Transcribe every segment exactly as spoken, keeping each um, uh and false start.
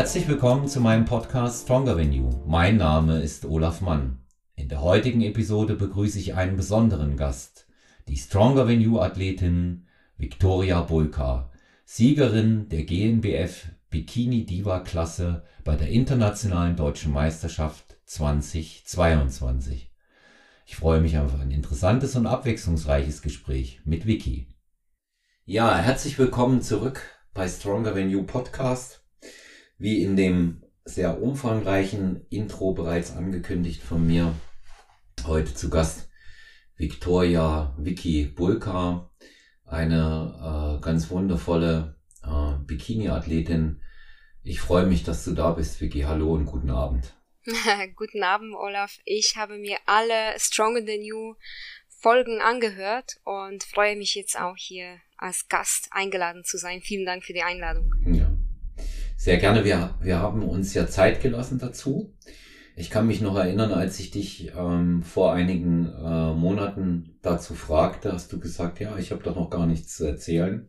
Herzlich willkommen zu meinem Podcast Stronger Than You. Mein Name ist Olaf Mann. In der heutigen Episode begrüße ich einen besonderen Gast, die Stronger Than You Athletin Viktoria Bulka, Siegerin der G N B F Bikini Diva Klasse bei der Internationalen Deutschen Meisterschaft zweitausendzweiundzwanzig. Ich freue mich auf ein interessantes und abwechslungsreiches Gespräch mit Vicky. Ja, herzlich willkommen zurück bei Stronger Than You Podcast. Wie in dem sehr umfangreichen Intro bereits angekündigt von mir, heute zu Gast Viktoria Vicky Bulka, eine äh, ganz wundervolle äh, Bikini-Athletin. Ich freue mich, dass du da bist, Vicky. Hallo und guten Abend. Guten Abend, Olaf. Ich habe mir alle Stronger Than You Folgen angehört und freue mich jetzt auch hier als Gast eingeladen zu sein. Vielen Dank für die Einladung. Ja. Sehr gerne. Wir, wir haben uns ja Zeit gelassen dazu. Ich kann mich noch erinnern, als ich dich ähm, vor einigen äh, Monaten dazu fragte, hast du gesagt, ja, ich habe doch noch gar nichts zu erzählen.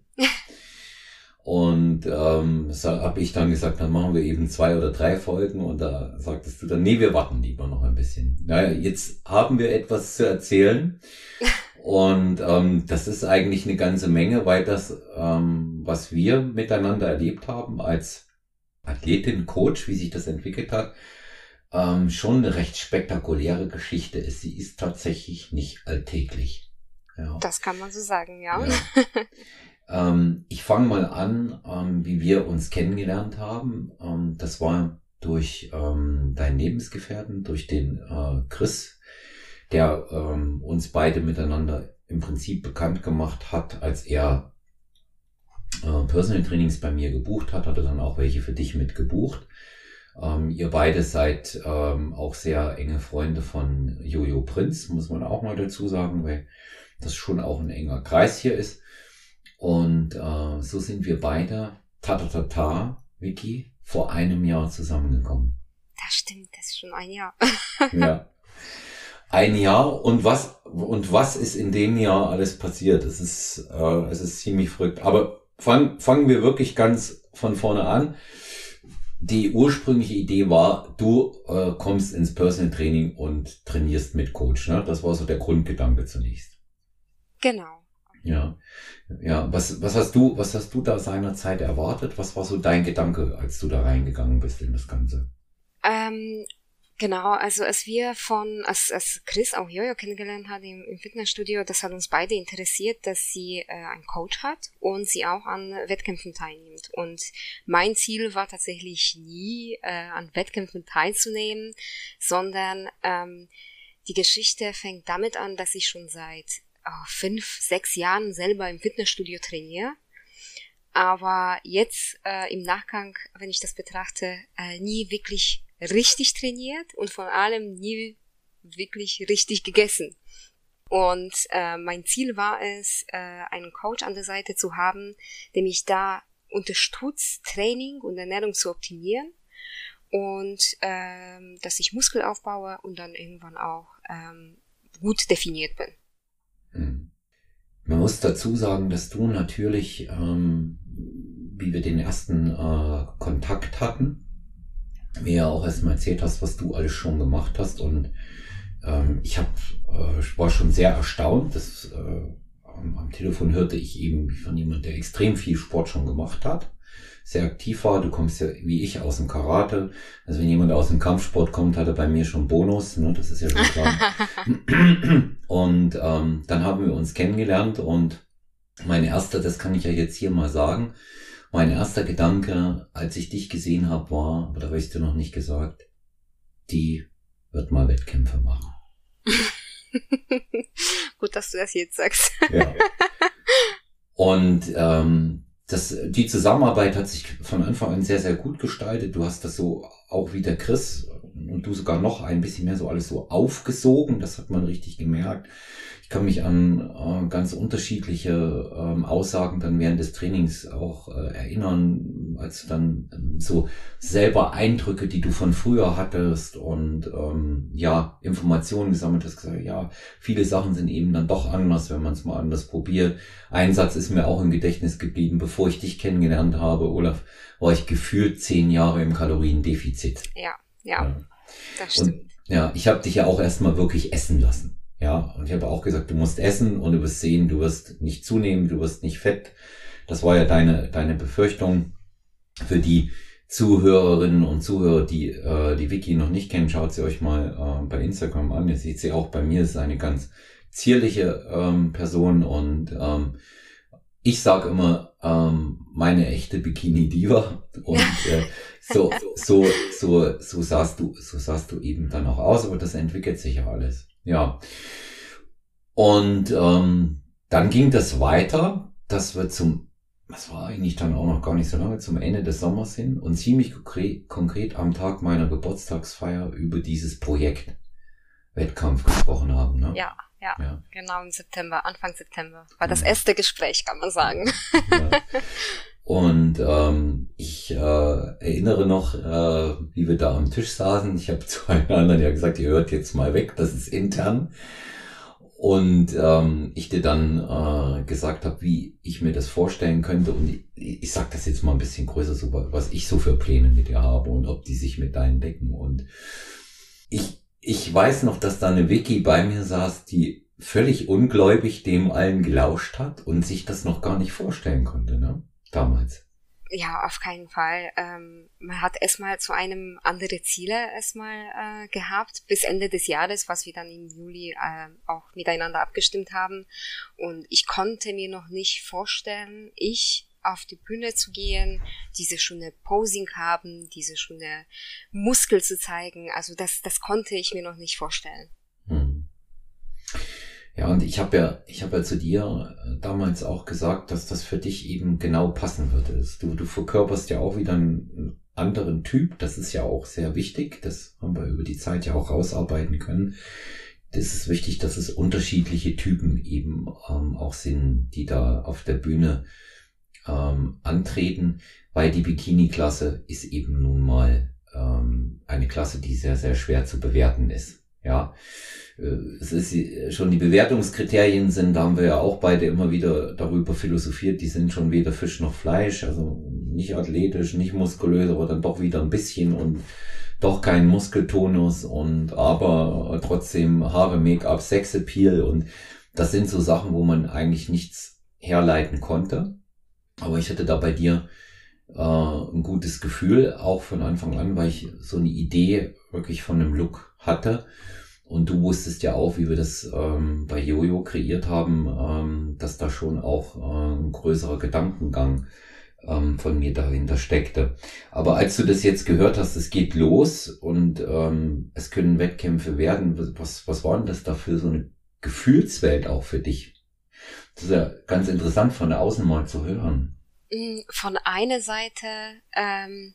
Und ähm, so habe ich dann gesagt, dann machen wir eben zwei oder drei Folgen. Und da sagtest du dann, nee, wir warten lieber noch ein bisschen. Naja, jetzt haben wir etwas zu erzählen. Und ähm, das ist eigentlich eine ganze Menge, weil das, ähm, was wir miteinander erlebt haben als Athletin, Coach, wie sich das entwickelt hat, ähm, schon eine recht spektakuläre Geschichte ist. Sie ist tatsächlich nicht alltäglich. Ja. Das kann man so sagen, ja. ja. ähm, ich fange mal an, ähm, wie wir uns kennengelernt haben. Ähm, das war durch ähm, deinen Lebensgefährten, durch den äh, Chris, der ähm, uns beide miteinander im Prinzip bekannt gemacht hat, als er äh, Personal Trainings bei mir gebucht hat, hat er dann auch welche für dich mit gebucht. Ähm, ihr beide seid ähm, auch sehr enge Freunde von Jojo Prinz, muss man auch mal dazu sagen, weil das schon auch ein enger Kreis hier ist. Und äh, so sind wir beide, ta-ta-ta-ta, Vicky, vor einem Jahr zusammengekommen. Das stimmt, das ist schon ein Jahr. Ja. Ein Jahr und was und was ist in dem Jahr alles passiert? Es ist äh, es ist ziemlich verrückt. Aber fang, fangen wir wirklich ganz von vorne an. Die ursprüngliche Idee war, du äh, kommst ins Personal Training und trainierst mit Coach. Ne? Das war so der Grundgedanke zunächst. Genau. Ja, ja. Was was hast du was hast du da seinerzeit erwartet? Was war so dein Gedanke, als du da reingegangen bist in das Ganze? Ähm, Genau, also als wir von, als, als Chris auch Jojo kennengelernt hat im, im Fitnessstudio, das hat uns beide interessiert, dass sie äh, einen Coach hat und sie auch an Wettkämpfen teilnimmt. Und mein Ziel war tatsächlich nie, äh, an Wettkämpfen teilzunehmen, sondern ähm, die Geschichte fängt damit an, dass ich schon seit oh, fünf, sechs Jahren selber im Fitnessstudio trainiere. Aber jetzt äh, im Nachgang, wenn ich das betrachte, äh, nie wirklich richtig trainiert und vor allem nie wirklich richtig gegessen. Und äh, mein Ziel war es, äh, einen Coach an der Seite zu haben, der mich da unterstützt, Training und Ernährung zu optimieren und ähm, dass ich Muskel aufbaue und dann irgendwann auch ähm, gut definiert bin. Hm. Man muss dazu sagen, dass du natürlich, ähm, wie wir den ersten äh, Kontakt hatten, mir ja auch erstmal erzählt hast, was du alles schon gemacht hast, und ähm, ich hab, äh, war schon sehr erstaunt, dass äh, am, am Telefon hörte ich eben von jemand, der extrem viel Sport schon gemacht hat, sehr aktiv war. Du kommst ja wie ich aus dem Karate, also wenn jemand aus dem Kampfsport kommt, hat er bei mir schon Bonus, ne? Das ist ja schon klar. Und ähm, dann haben wir uns kennengelernt und mein erster, das kann ich ja jetzt hier mal sagen, mein erster Gedanke, als ich dich gesehen habe, war, aber da habe ich dir noch nicht gesagt, die wird mal Wettkämpfe machen. Gut, dass du das jetzt sagst. Ja. Und ähm, das, die Zusammenarbeit hat sich von Anfang an sehr, sehr gut gestaltet. Du hast das so, auch wie der Chris, und du sogar noch ein bisschen mehr so alles so aufgesogen. Das hat man richtig gemerkt. Ich kann mich an äh, ganz unterschiedliche ähm, Aussagen dann während des Trainings auch äh, erinnern, als du dann ähm, so selber Eindrücke, die du von früher hattest und ähm, ja, Informationen gesammelt hast, gesagt, ja, viele Sachen sind eben dann doch anders, wenn man es mal anders probiert. Ein Satz ist mir auch im Gedächtnis geblieben, bevor ich dich kennengelernt habe, Olaf, war ich gefühlt zehn Jahre im Kaloriendefizit. Ja, ja, ja. Das stimmt. Und, ja, ich habe dich ja auch erstmal wirklich essen lassen. Ja, und ich habe auch gesagt, du musst essen und du wirst sehen, du wirst nicht zunehmen, du wirst nicht fett. Das war ja deine deine Befürchtung. Für die Zuhörerinnen und Zuhörer, die äh, die Vicky noch nicht kennen, schaut sie euch mal äh, bei Instagram an. Ihr seht sie auch bei mir, ist eine ganz zierliche ähm, Person und ähm, ich sage immer, ähm, meine echte Bikini-Diva und äh, so so so so sahst du so sahst du eben dann auch aus, aber das entwickelt sich ja alles. Ja, und ähm, dann ging das weiter, dass wir zum, das war eigentlich dann auch noch gar nicht so lange, zum Ende des Sommers hin und ziemlich konkret, konkret am Tag meiner Geburtstagsfeier über dieses Projekt Wettkampf gesprochen haben. Ne? Ja, ja, ja, genau im September, Anfang September. War das erste Gespräch, kann man sagen. Ja. Und ähm, ich äh, erinnere noch, äh, wie wir da am Tisch saßen. Ich habe zu einem anderen ja gesagt, ihr hört jetzt mal weg, das ist intern. Und ähm, ich dir dann äh, gesagt habe, wie ich mir das vorstellen könnte. Und ich, ich sage das jetzt mal ein bisschen größer, so was ich so für Pläne mit dir habe und ob die sich mit deinen decken. Und ich ich weiß noch, dass da eine Vicky bei mir saß, die völlig ungläubig dem allen gelauscht hat und sich das noch gar nicht vorstellen konnte, ne? Damals. Ja, auf keinen Fall. Ähm, man hat erstmal zu einem andere Ziele erstmal äh, gehabt, bis Ende des Jahres, was wir dann im Juli äh, auch miteinander abgestimmt haben. Und ich konnte mir noch nicht vorstellen, ich auf die Bühne zu gehen, diese schöne Posing haben, diese schöne Muskel zu zeigen. Also das, das konnte ich mir noch nicht vorstellen. Hm. Ja, und ich habe ja, ich habe ja zu dir damals auch gesagt, dass das für dich eben genau passen würde. Du, du verkörperst ja auch wieder einen anderen Typ. Das ist ja auch sehr wichtig. Das haben wir über die Zeit ja auch rausarbeiten können. Das ist wichtig, dass es unterschiedliche Typen eben ähm, auch sind, die da auf der Bühne ähm, antreten, weil die Bikini-Klasse ist eben nun mal ähm, eine Klasse, die sehr, sehr schwer zu bewerten ist. Ja, es ist schon, die Bewertungskriterien sind, da haben wir ja auch beide immer wieder darüber philosophiert, die sind schon weder Fisch noch Fleisch, also nicht athletisch, nicht muskulös, aber dann doch wieder ein bisschen und doch kein Muskeltonus und aber trotzdem Haare, Make-up, Sexappeal und das sind so Sachen, wo man eigentlich nichts herleiten konnte. Aber ich hatte da bei dir äh, ein gutes Gefühl, auch von Anfang an, weil ich so eine Idee wirklich von einem Look hatte. Und du wusstest ja auch, wie wir das ähm, bei Jojo kreiert haben, ähm, dass da schon auch äh, ein größerer Gedankengang ähm, von mir dahinter steckte. Aber als du das jetzt gehört hast, es geht los und ähm, es können Wettkämpfe werden, was, was war denn das da für so eine Gefühlswelt auch für dich? Das ist ja ganz interessant von der Außen mal zu hören. Von einer Seite, ähm,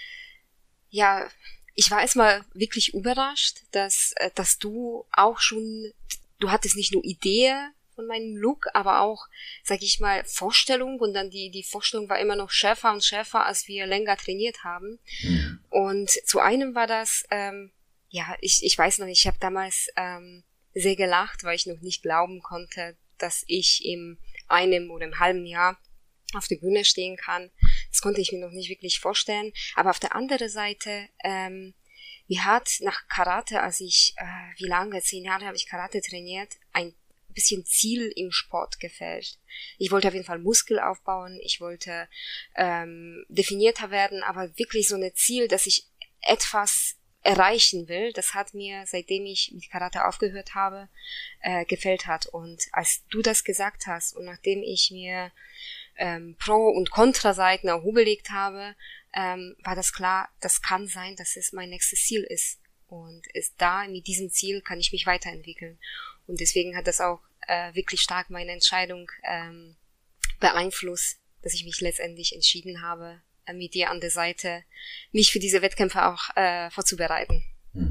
ja, ich war erstmal wirklich überrascht, dass, dass du auch schon, du hattest nicht nur Idee von meinem Look, aber auch, sag ich mal, Vorstellung und dann die, die Vorstellung war immer noch schärfer und schärfer, als wir länger trainiert haben. Mhm. Und zu einem war das, ähm, ja, ich, ich weiß noch, ich habe damals ähm, sehr gelacht, weil ich noch nicht glauben konnte, dass ich in einem oder einem halben Jahr auf der Bühne stehen kann. Das konnte ich mir noch nicht wirklich vorstellen. Aber auf der anderen Seite, ähm, mir hat nach Karate, als ich, äh, wie lange, zehn Jahre habe ich Karate trainiert, ein bisschen Ziel im Sport gefällt. Ich wollte auf jeden Fall Muskel aufbauen, ich wollte ähm, definierter werden, aber wirklich so ein Ziel, dass ich etwas erreichen will, das hat mir, seitdem ich mit Karate aufgehört habe, äh, gefällt hat. Und als du das gesagt hast und nachdem ich mir ähm, Pro- und Kontraseiten auch überlegt habe, ähm, war das klar, das kann sein, dass es mein nächstes Ziel ist. Und ist da, mit diesem Ziel kann ich mich weiterentwickeln. Und deswegen hat das auch äh, wirklich stark meine Entscheidung ähm, beeinflusst, dass ich mich letztendlich entschieden habe, mit dir an der Seite, mich für diese Wettkämpfe auch äh, vorzubereiten.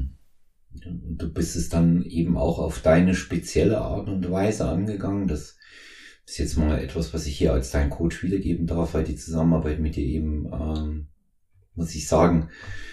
Und du bist es dann eben auch auf deine spezielle Art und Weise angegangen. Das ist jetzt mal etwas, was ich hier als dein Coach wiedergeben darf, weil die Zusammenarbeit mit dir eben, ähm, muss ich sagen,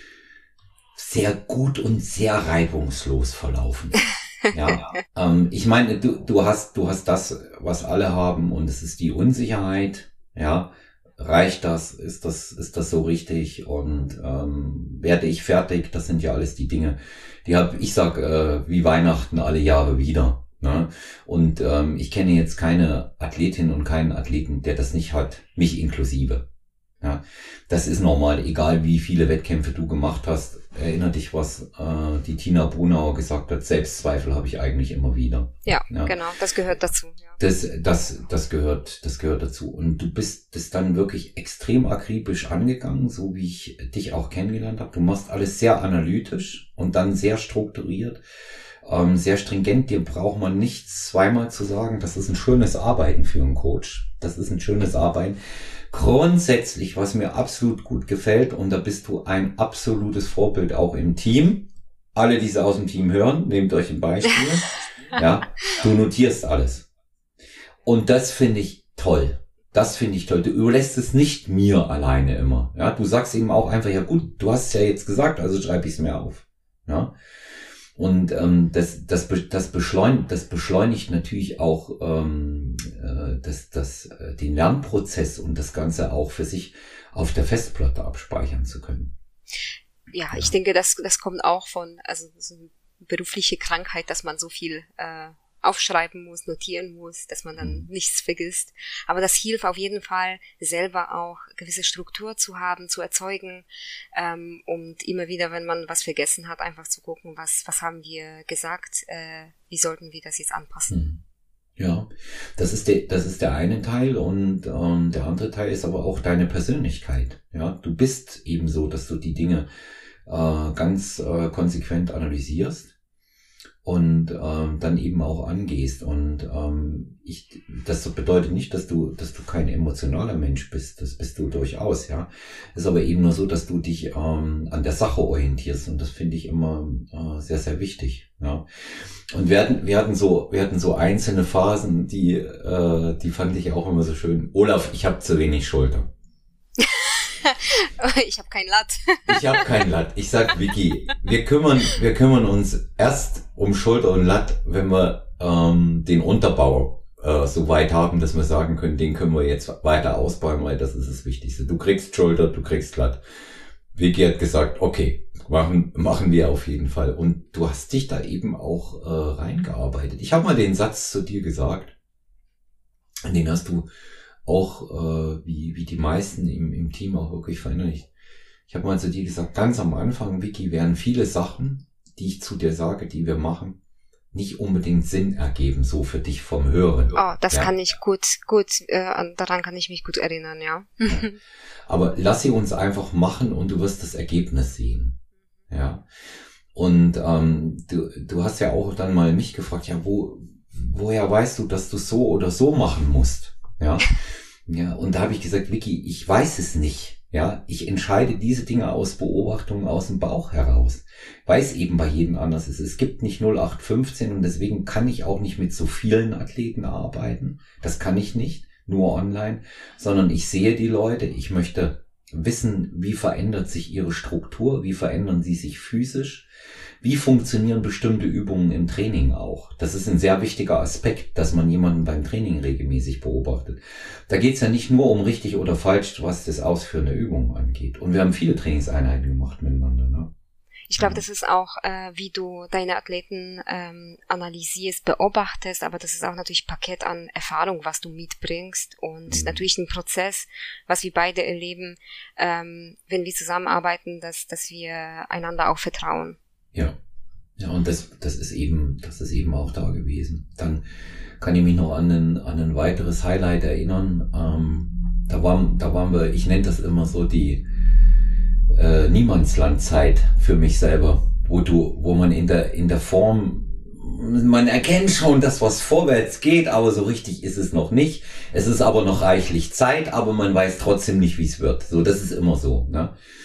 sehr gut und sehr reibungslos verlaufen. Ja, ähm, ich meine, du, du hast, du hast das, was alle haben, und es ist die Unsicherheit. Ja, reicht das? Ist das, ist das so richtig? Und ähm, werde ich fertig? Das sind ja alles die Dinge, die habe ich sag äh, wie Weihnachten alle Jahre wieder. Ne? Und ähm, ich kenne jetzt keine Athletin und keinen Athleten, der das nicht hat, mich inklusive. Ja, das ist normal, egal wie viele Wettkämpfe du gemacht hast. Erinner dich, was äh, die Tina Brunauer gesagt hat, Selbstzweifel habe ich eigentlich immer wieder. Ja, ja, genau, das gehört dazu. Ja. Das, das, das gehört, das gehört dazu. Und du bist das dann wirklich extrem akribisch angegangen, so wie ich dich auch kennengelernt habe. Du machst alles sehr analytisch und dann sehr strukturiert, ähm, sehr stringent. Dir braucht man nichts zweimal zu sagen. Das ist ein schönes Arbeiten für einen Coach. Das ist ein schönes Arbeiten. Grundsätzlich, was mir absolut gut gefällt, und da bist du ein absolutes Vorbild auch im Team. Alle, die es aus dem Team hören, nehmt euch ein Beispiel. Ja, du notierst alles. Und das finde ich toll. Das finde ich toll. Du überlässt es nicht mir alleine immer. Ja, du sagst eben auch einfach, ja gut, du hast es ja jetzt gesagt, also schreibe ich es mir auf. Ja. Und ähm, das, das, das, beschleunigt, das beschleunigt natürlich auch ähm, äh, das, das, äh, den Lernprozess und das Ganze auch für sich auf der Festplatte abspeichern zu können. Ja, ja. Ich denke, das, das kommt auch von, also so eine berufliche Krankheit, dass man so viel äh, aufschreiben muss, notieren muss, dass man dann mhm. nichts vergisst. Aber das hilft auf jeden Fall, selber auch gewisse Struktur zu haben, zu erzeugen, ähm, und immer wieder, wenn man was vergessen hat, einfach zu gucken, was, was haben wir gesagt, äh, wie sollten wir das jetzt anpassen. Mhm. Ja, das ist der, das ist der eine Teil, und ähm, der andere Teil ist aber auch deine Persönlichkeit. Ja, du bist eben so, dass du die Dinge äh, ganz äh, konsequent analysierst und ähm, dann eben auch angehst. Und ähm, ich, das bedeutet nicht, dass du, dass du kein emotionaler Mensch bist. Das bist du durchaus, ja. Es ist aber eben nur so, dass du dich ähm, an der Sache orientierst, und das finde ich immer äh, sehr, sehr wichtig. Ja. Und wir hatten, wir hatten so, wir hatten so einzelne Phasen, die, äh, die fand ich auch immer so schön. Olaf, ich habe zu wenig Schulter. Ich habe kein Latt. Ich habe kein Latt. Ich sag, Vicky, wir kümmern, wir kümmern uns erst um Schulter und Latt, wenn wir ähm, den Unterbau äh, so weit haben, dass wir sagen können, den können wir jetzt weiter ausbauen, weil das ist das Wichtigste. Du kriegst Schulter, du kriegst Latt. Vicky hat gesagt, okay, machen, machen wir auf jeden Fall. Und du hast dich da eben auch äh, reingearbeitet. Ich habe mal den Satz zu dir gesagt, den hast du auch äh, wie wie die meisten im im Team auch wirklich verinnerlicht. Ich habe mal zu dir gesagt, ganz am Anfang, Vicky, werden viele Sachen, die ich zu dir sage, die wir machen, nicht unbedingt Sinn ergeben, so für dich vom Hören. Oh, das ja. kann ich gut, gut, äh, daran kann ich mich gut erinnern, ja. ja. Aber lass sie uns einfach machen, und du wirst das Ergebnis sehen. Ja. Und ähm, du du hast ja auch dann mal mich gefragt, ja, wo woher weißt du, dass du so oder so machen musst? Ja, ja, und da habe ich gesagt, Vicky, ich weiß es nicht. Ja, ich entscheide diese Dinge aus Beobachtungen aus dem Bauch heraus, weil es eben bei jedem anders ist. Es gibt nicht null acht fünfzehn, und deswegen kann ich auch nicht mit so vielen Athleten arbeiten. Das kann ich nicht, nur online, sondern ich sehe die Leute. Ich möchte wissen, wie verändert sich ihre Struktur, wie verändern sie sich physisch. Wie funktionieren bestimmte Übungen im Training auch? Das ist ein sehr wichtiger Aspekt, dass man jemanden beim Training regelmäßig beobachtet. Da geht es ja nicht nur um richtig oder falsch, was das Ausführen der Übungen angeht. Und wir haben viele Trainingseinheiten gemacht miteinander. Ne? Ich glaube, das ist auch, äh, wie du deine Athleten ähm, analysierst, beobachtest, aber das ist auch natürlich Paket an Erfahrung, was du mitbringst, und mhm. natürlich ein Prozess, was wir beide erleben, ähm, wenn wir zusammenarbeiten, dass, dass wir einander auch vertrauen. Ja, ja, und das, das ist eben, das ist eben auch da gewesen. Dann kann ich mich noch an ein, an ein weiteres Highlight erinnern. Ähm, da waren, da waren wir, ich nenne das immer so die äh, Niemandslandzeit für mich selber, wo du, wo man in der, in der Form, man erkennt schon, dass was vorwärts geht, aber so richtig ist es noch nicht. Es ist aber noch reichlich Zeit, aber man weiß trotzdem nicht, wie es wird. So, das ist immer so, ne?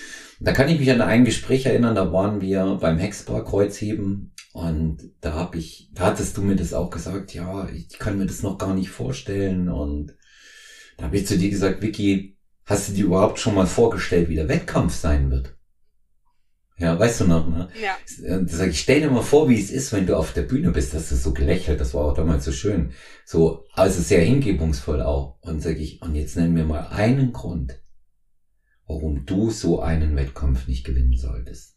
Da kann ich mich an ein Gespräch erinnern, da waren wir beim Hexbar-Kreuzheben und da hab ich, da hattest du mir das auch gesagt, ja, ich kann mir das noch gar nicht vorstellen und da habe ich zu dir gesagt, Vicky, hast du dir überhaupt schon mal vorgestellt, wie der Wettkampf sein wird? Ja, weißt du noch, ne? Ja. Da sag ich, stell dir mal vor, wie es ist, wenn du auf der Bühne bist. Das ist so gelächelt, das war auch damals so schön. So, also sehr hingebungsvoll auch. Und sag ich, und jetzt nenn mir mal einen Grund, warum du so einen Wettkampf nicht gewinnen solltest.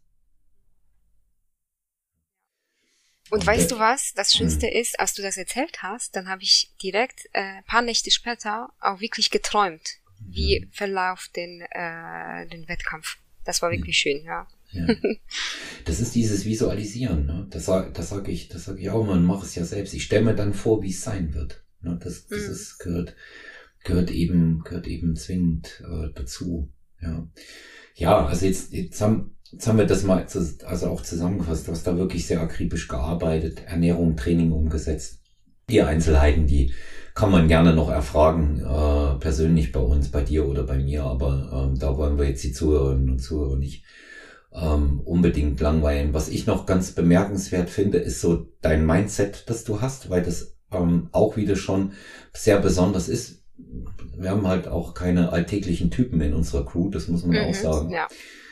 Und, und weißt du was? Das Schönste mh. ist, als du das erzählt hast, dann habe ich direkt äh, paar Nächte später auch wirklich geträumt, wie mhm. verläuft den, äh, den Wettkampf. Das war wirklich mhm. schön, ja. Ja. Das ist dieses Visualisieren, ne? Das sag, das sag ich, das sag ich auch mal, mach es ja selbst. Ich stelle mir dann vor, wie es sein wird. Ne? Das, das mhm. ist, gehört, gehört eben, gehört eben zwingend äh, dazu. Ja. Ja, also jetzt, jetzt haben, jetzt haben wir das mal, also auch zusammengefasst. Du hast da wirklich sehr akribisch gearbeitet, Ernährung, Training umgesetzt. Die Einzelheiten, die kann man gerne noch erfragen, äh, persönlich bei uns, bei dir oder bei mir, aber ähm, da wollen wir jetzt die Zuhörerinnen und Zuhörer nicht ähm, unbedingt langweilen. Was ich noch ganz bemerkenswert finde, ist so dein Mindset, das du hast, weil das ähm, auch wieder schon sehr besonders ist. Wir haben halt auch keine alltäglichen Typen in unserer Crew, das muss man mhm, auch sagen. Ja.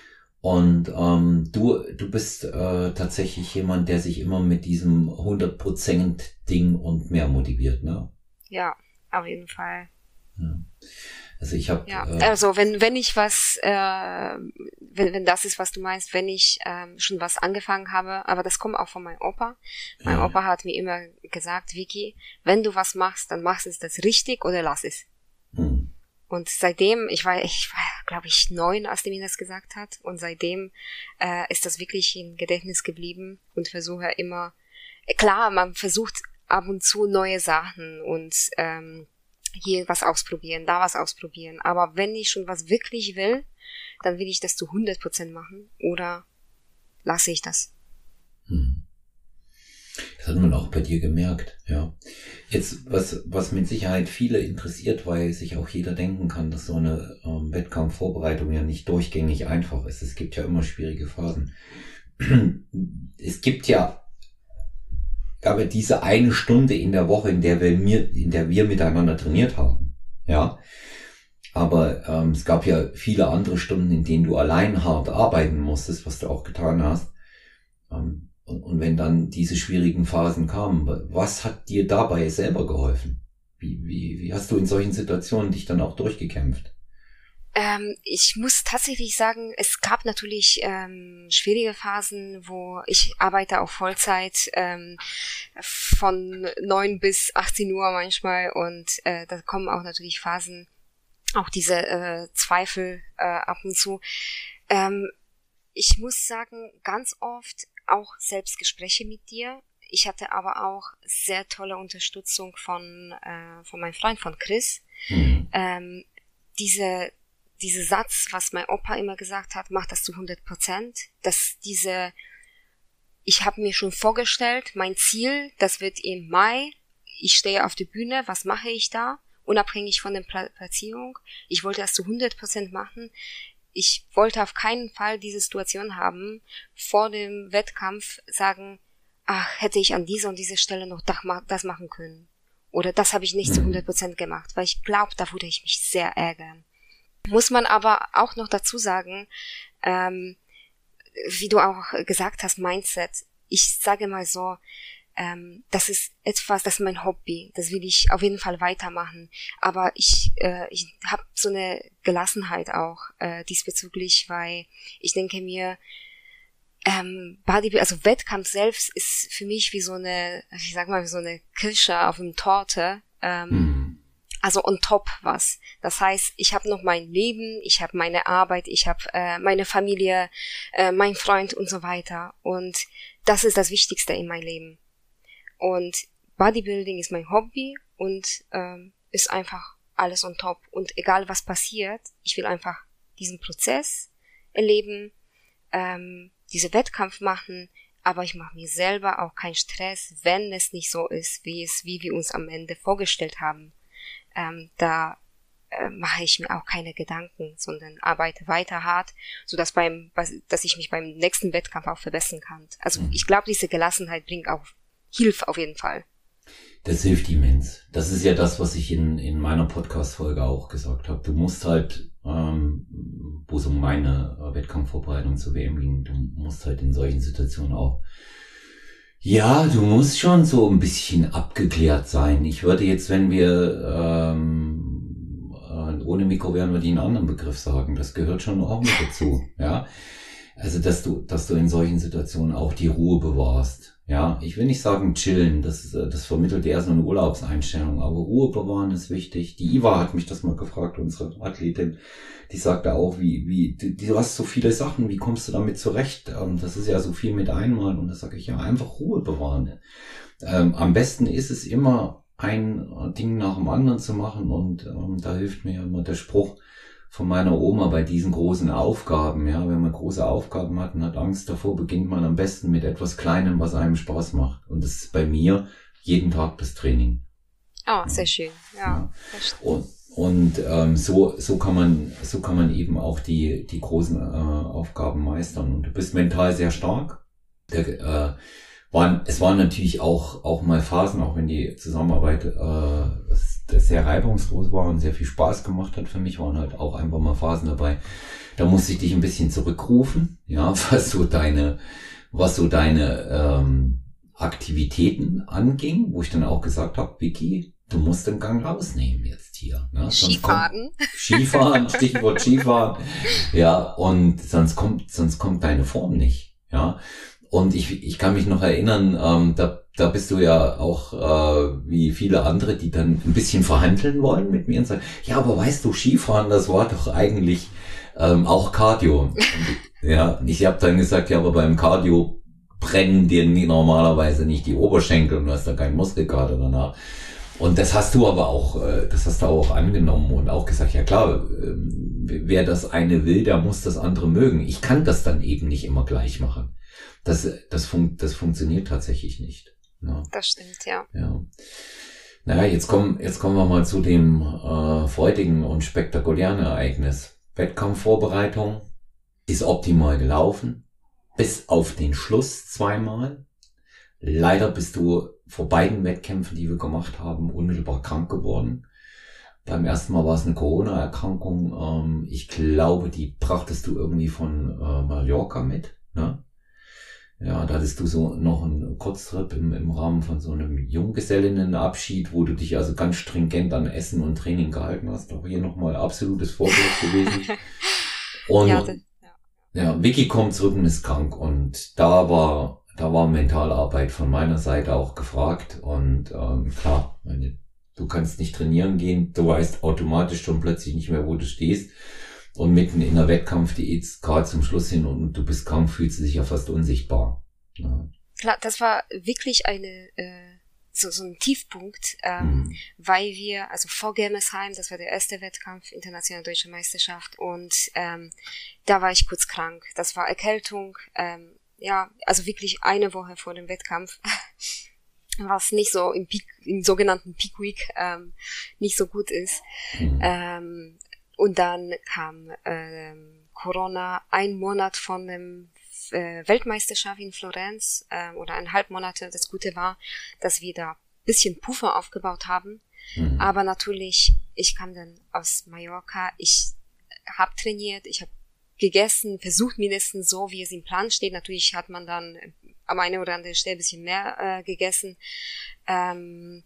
Und ähm, du du bist äh, tatsächlich jemand, der sich immer mit diesem hundert Prozent Ding und mehr motiviert, ne? Ja, auf jeden Fall. Ja. Also ich habe ja, äh, also wenn wenn ich was äh, wenn wenn das ist, was du meinst, wenn ich ähm, schon was angefangen habe, aber das kommt auch von meinem Opa. Mein ja. Opa hat mir immer gesagt, Vicky, wenn du was machst, dann machst du das richtig oder lass es. Hm. Und seitdem, ich war, ich war, glaube ich, neun, als der mir das gesagt hat. Und seitdem äh, ist das wirklich im Gedächtnis geblieben und versuche immer, klar, man versucht ab und zu neue Sachen und ähm, hier was ausprobieren, da was ausprobieren. Aber wenn ich schon was wirklich will, dann will ich das zu hundert Prozent machen oder lasse ich das. Hm. Das hat man auch bei dir gemerkt, ja. Jetzt, was, was mit Sicherheit viele interessiert, weil sich auch jeder denken kann, dass so eine ähm, Wettkampfvorbereitung ja nicht durchgängig einfach ist. Es gibt ja immer schwierige Phasen. Es gibt ja, gab ja diese eine Stunde in der Woche, in der wir, mir, in der wir miteinander trainiert haben, ja. Aber ähm, es gab ja viele andere Stunden, in denen du allein hart arbeiten musstest, was du auch getan hast. Ähm, Und, und wenn dann diese schwierigen Phasen kamen, was hat dir dabei selber geholfen? Wie, wie, wie hast du in solchen Situationen dich dann auch durchgekämpft? Ähm, ich muss tatsächlich sagen, es gab natürlich ähm, schwierige Phasen, wo ich arbeite auf Vollzeit ähm, von neun bis achtzehn Uhr manchmal und äh, da kommen auch natürlich Phasen, auch diese äh, Zweifel äh, ab und zu. Ähm, ich muss sagen, ganz oft auch Selbstgespräche mit dir. Ich hatte aber auch sehr tolle Unterstützung von äh, von meinem Freund, von Chris. Mhm. Ähm, diese diese Satz, was mein Opa immer gesagt hat, mach das zu hundert Prozent. Dass diese, ich habe mir schon vorgestellt, mein Ziel, das wird im Mai. Ich stehe auf der Bühne, was mache ich da? Unabhängig von der Pla- Platzierung. Ich wollte das zu hundert Prozent machen. Ich wollte auf keinen Fall diese Situation haben, vor dem Wettkampf sagen, ach, hätte ich an dieser und dieser Stelle noch das machen können. Oder das habe ich nicht zu hundert Prozent gemacht, weil ich glaube, da würde ich mich sehr ärgern. Muss man aber auch noch dazu sagen, ähm, wie du auch gesagt hast, Mindset. Ich sage mal so, ähm, das ist etwas, das ist mein Hobby. Das will ich auf jeden Fall weitermachen. Aber ich, äh, ich habe so eine Gelassenheit auch äh, diesbezüglich, weil ich denke mir, ähm, Bodybuilding, also Wettkampf selbst ist für mich wie so eine, ich sag mal, wie so eine Kirsche auf einer Torte. Ähm, Mhm. Also on top was. Das heißt, ich habe noch mein Leben, ich habe meine Arbeit, ich habe äh, meine Familie, äh, mein Freund und so weiter. Und das ist das Wichtigste in meinem Leben. Und Bodybuilding ist mein Hobby und ähm, ist einfach alles on top. Und egal was passiert, ich will einfach diesen Prozess erleben, ähm, diese Wettkampf machen, aber ich mache mir selber auch keinen Stress, wenn es nicht so ist, wie es, wie wir uns am Ende vorgestellt haben. Ähm, da äh, mache ich mir auch keine Gedanken, sondern arbeite weiter hart, so dass beim, dass ich mich beim nächsten Wettkampf auch verbessern kann. Also Mhm. ich glaube, diese Gelassenheit bringt auch Hilfe auf jeden Fall. Das hilft immens. Das ist ja das, was ich in, in meiner Podcast-Folge auch gesagt habe. Du musst halt, ähm, wo es um meine äh, Wettkampfvorbereitung zur W M ging, du musst halt in solchen Situationen auch, ja, du musst schon so ein bisschen abgeklärt sein. Ich würde jetzt, wenn wir, ähm, äh, ohne Mikro werden wir die einen anderen Begriff sagen. Das gehört schon auch mit dazu, ja. Also, dass du, dass du in solchen Situationen auch die Ruhe bewahrst. Ja, ich will nicht sagen chillen, das, das vermittelt eher so eine Urlaubseinstellung, aber Ruhe bewahren ist wichtig. Die Iva hat mich das mal gefragt, unsere Athletin, die sagte auch, wie, wie, du, du hast so viele Sachen, wie kommst du damit zurecht? Das ist ja so viel mit einmal, und da sage ich, ja, einfach Ruhe bewahren. Ähm, am besten ist es immer, ein Ding nach dem anderen zu machen, und ähm, da hilft mir immer der Spruch von meiner Oma bei diesen großen Aufgaben, ja, wenn man große Aufgaben hat und hat Angst davor, beginnt man am besten mit etwas Kleinem, was einem Spaß macht. Und das ist bei mir jeden Tag das Training. Oh, ja. Sehr schön, ja. ja. Und, und ähm, so so kann man so kann man eben auch die die großen äh, Aufgaben meistern. Und du bist mental sehr stark. Der, äh, waren, es waren natürlich auch auch mal Phasen, auch wenn die Zusammenarbeit äh, das sehr reibungslos war und sehr viel Spaß gemacht hat für mich, waren halt auch einfach mal Phasen dabei. Da musste ich dich ein bisschen zurückrufen, ja, was so deine, was so deine ähm, Aktivitäten anging, wo ich dann auch gesagt habe, Vicky, du musst den Gang rausnehmen jetzt hier. Ne? Skifahren. Kommt, Skifahren, Stichwort Skifahren. Ja, und sonst kommt, sonst kommt deine Form nicht. Ja, und ich, ich kann mich noch erinnern, ähm, da Da bist du ja auch äh, wie viele andere, die dann ein bisschen verhandeln wollen mit mir und sagen, ja, aber weißt du, Skifahren, das war doch eigentlich ähm, auch Cardio. Und, ja, ich habe dann gesagt, ja, aber beim Cardio brennen dir normalerweise nicht die Oberschenkel und du hast da keinen Muskelkater danach. Und das hast du aber auch, äh, das hast du auch angenommen und auch gesagt, ja klar, äh, wer das eine will, der muss das andere mögen. Ich kann das dann eben nicht immer gleich machen. Das, das, fun- das funktioniert tatsächlich nicht. Ja. Das stimmt, ja. Ja. Naja, jetzt kommen, jetzt kommen wir mal zu dem äh, freudigen und spektakulären Ereignis. Wettkampfvorbereitung ist optimal gelaufen, bis auf den Schluss zweimal. Leider bist du vor beiden Wettkämpfen, die wir gemacht haben, unmittelbar krank geworden. Beim ersten Mal war es eine Corona-Erkrankung. Ähm, ich glaube, die brachtest du irgendwie von äh, Mallorca mit, ne? Ja, da hattest du so noch einen Kurztrip im, im Rahmen von so einem Junggesellinnenabschied, wo du dich also ganz stringent an Essen und Training gehalten hast. Auch hier nochmal absolutes Vorbild gewesen. Und ja, das, ja. ja, Vicky kommt zurück und ist krank. Und da war, da war Mentalarbeit von meiner Seite auch gefragt. Und ähm, klar, meine, du kannst nicht trainieren gehen, du weißt automatisch schon plötzlich nicht mehr, wo du stehst. Und mitten in der Wettkampfdiät gerade zum Schluss hin und du bist krank, fühlst du dich ja fast unsichtbar. Ja. Klar, das war wirklich eine äh, so, so ein Tiefpunkt, ähm, Mhm. weil wir, also vor Germersheim, das war der erste Wettkampf, internationale deutsche Meisterschaft, und ähm, da war ich kurz krank. Das war Erkältung, ähm, ja, also wirklich eine Woche vor dem Wettkampf. Was nicht so im Peak, im sogenannten Peak Week ähm, nicht so gut ist. Mhm. Ähm, Und dann kam ähm, Corona, ein Monat von dem äh, Weltmeisterschaft in Florenz äh, oder eineinhalb Monate. Das Gute war, dass wir da ein bisschen Puffer aufgebaut haben. Mhm. Aber natürlich, ich kam dann aus Mallorca, ich habe trainiert, ich habe gegessen, versucht mindestens so, wie es im Plan steht. Natürlich hat man dann am einen oder anderen Stelle ein bisschen mehr äh, gegessen. Ähm,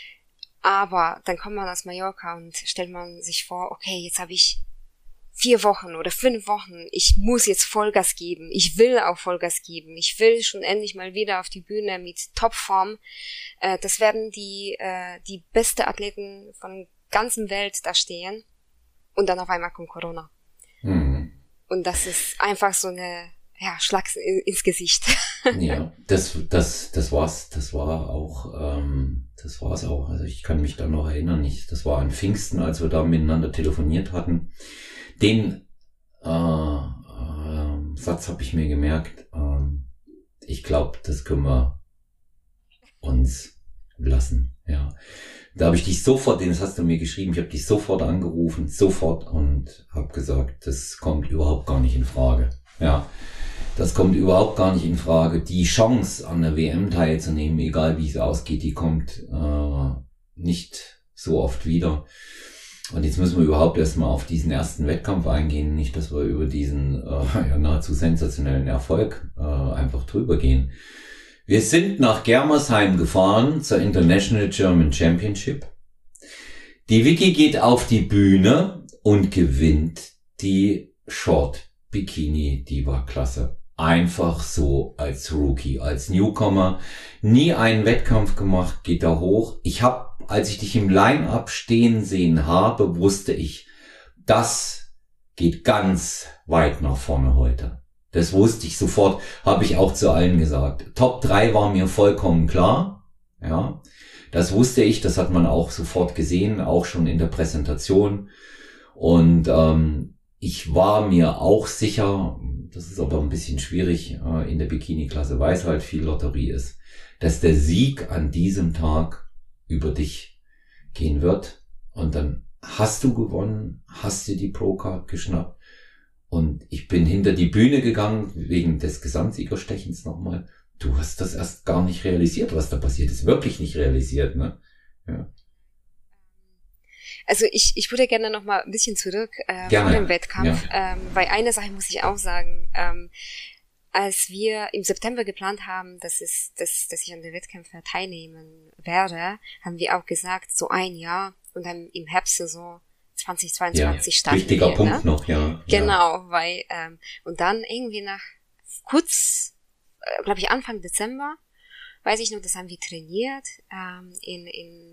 Aber dann kommt man aus Mallorca und stellt man sich vor, okay, jetzt habe ich vier Wochen oder fünf Wochen, ich muss jetzt Vollgas geben, ich will auch Vollgas geben, ich will schon endlich mal wieder auf die Bühne mit Topform. Äh, das werden die äh, die beste Athleten von der ganzen Welt da stehen, und dann auf einmal kommt Corona. Mhm. Und das ist einfach so eine, ja, Schlag ins Gesicht. Ja, das, das, das war's, das war auch, ähm, das war's auch. Also ich kann mich da noch erinnern, ich, das war an Pfingsten, als wir da miteinander telefoniert hatten. Den äh, äh, Satz habe ich mir gemerkt. Ähm, ich glaube, das können wir uns lassen. Ja, da habe ich dich sofort, das hast du mir geschrieben, ich habe dich sofort angerufen, sofort und habe gesagt, das kommt überhaupt gar nicht in Frage. Ja, das kommt überhaupt gar nicht in Frage. Die Chance, an der W M teilzunehmen, egal wie es ausgeht, die kommt äh, nicht so oft wieder. Und jetzt müssen wir überhaupt erstmal auf diesen ersten Wettkampf eingehen, nicht, dass wir über diesen äh, ja, nahezu sensationellen Erfolg äh, einfach drüber gehen. Wir sind nach Germersheim gefahren zur International German Championship. Die Vicky geht auf die Bühne und gewinnt die Short Bikini Diva Klasse. Einfach so als Rookie, als Newcomer. Nie einen Wettkampf gemacht, geht da hoch. Ich habe, als ich dich im Line-Up stehen sehen habe, wusste ich, das geht ganz weit nach vorne heute. Das wusste ich sofort, habe ich auch zu allen gesagt. Top drei war mir vollkommen klar. Ja, das wusste ich, das hat man auch sofort gesehen, auch schon in der Präsentation. Und ähm, ich war mir auch sicher, das ist aber ein bisschen schwierig äh, in der Bikini-Klasse, weil es halt viel Lotterie ist, dass der Sieg an diesem Tag über dich gehen wird. Und dann hast du gewonnen, hast dir die Pro-Card geschnappt. Und ich bin hinter die Bühne gegangen, wegen des Gesamtsiegerstechens nochmal. Du hast das erst gar nicht realisiert, was da passiert ist. Wirklich nicht realisiert, ne? Ja. Also ich, ich würde gerne noch mal ein bisschen zurück äh, Gerne. vor dem Wettkampf, Ja. ähm, weil eine Sache muss ich auch sagen. Ähm, als wir im September geplant haben, dass es, dass, dass ich an den Wettkämpfen teilnehmen werde, haben wir auch gesagt, so ein Jahr und dann im Herbstsaison zwanzig zweiundzwanzig Ja, starten wichtiger wir, Punkt ne? noch, ja. Genau, ja. weil ähm, und dann irgendwie nach kurz, äh, glaube ich Anfang Dezember, weiß ich noch, das haben wir trainiert ähm, in in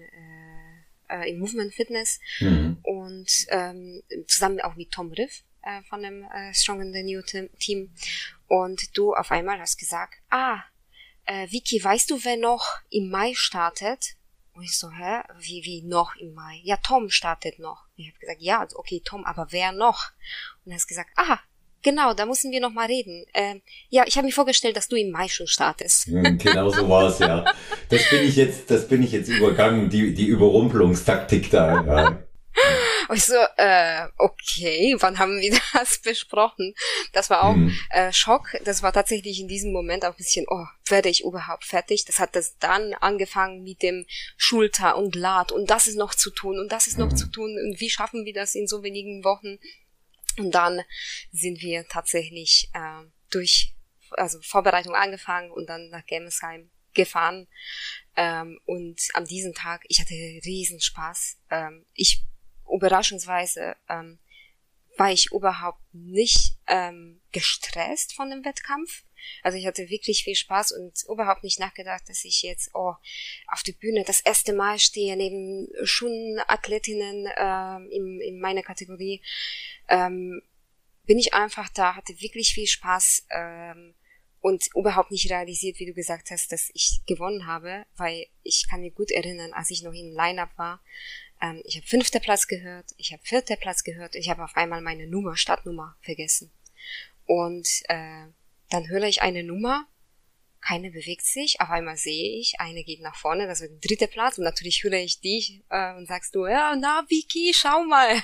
äh, im Movement Fitness Mhm. und ähm, zusammen auch mit Tom Riff äh, von dem äh, Strong in the New Team. Und du auf einmal hast gesagt, ah, äh, Vicky, weißt du, wer noch im Mai startet? Und ich so, hä, wie, wie noch im Mai? Ja, Tom startet noch. Ich habe gesagt, ja, okay, Tom, aber wer noch? Und er hat gesagt, ah, genau, da müssen wir noch mal reden. Ähm, ja, ich habe mir vorgestellt, dass du im Mai schon startest. Mhm, genau so war es, ja. Das bin ich jetzt, das bin ich jetzt übergangen, die, die Überrumpelungstaktik da. Ja. Und ich so, äh, okay, wann haben wir das besprochen? Das war auch Mhm. äh, Schock. Das war tatsächlich in diesem Moment auch ein bisschen, oh, werde ich überhaupt fertig? Das hat das dann angefangen mit dem Schulter und Lad und das ist noch zu tun und das ist noch Mhm. zu tun und wie schaffen wir das in so wenigen Wochen? Und dann sind wir tatsächlich äh, durch, also Vorbereitung angefangen und dann nach Germersheim gefahren. Ähm, und an diesem Tag, ich hatte riesen Spaß. Ähm, ich überraschungsweise ähm, war ich überhaupt nicht ähm, gestresst von dem Wettkampf. Also ich hatte wirklich viel Spaß und überhaupt nicht nachgedacht, dass ich jetzt oh auf der Bühne das erste Mal stehe neben schon Athletinnen ähm, in, in meiner Kategorie. Ähm, bin ich einfach da, hatte wirklich viel Spaß ähm, und überhaupt nicht realisiert, wie du gesagt hast, dass ich gewonnen habe, weil ich kann mir gut erinnern, als ich noch in Line-Up war, ähm, ich habe fünfter Platz gehört, ich habe vierter Platz gehört, ich habe auf einmal meine Nummer, Startnummer vergessen. Und äh, dann höre ich eine Nummer, keine bewegt sich, auf einmal sehe ich, eine geht nach vorne, das wird ein dritter Platz und natürlich höre ich dich äh, und sagst du, ja, na Vicky, schau mal.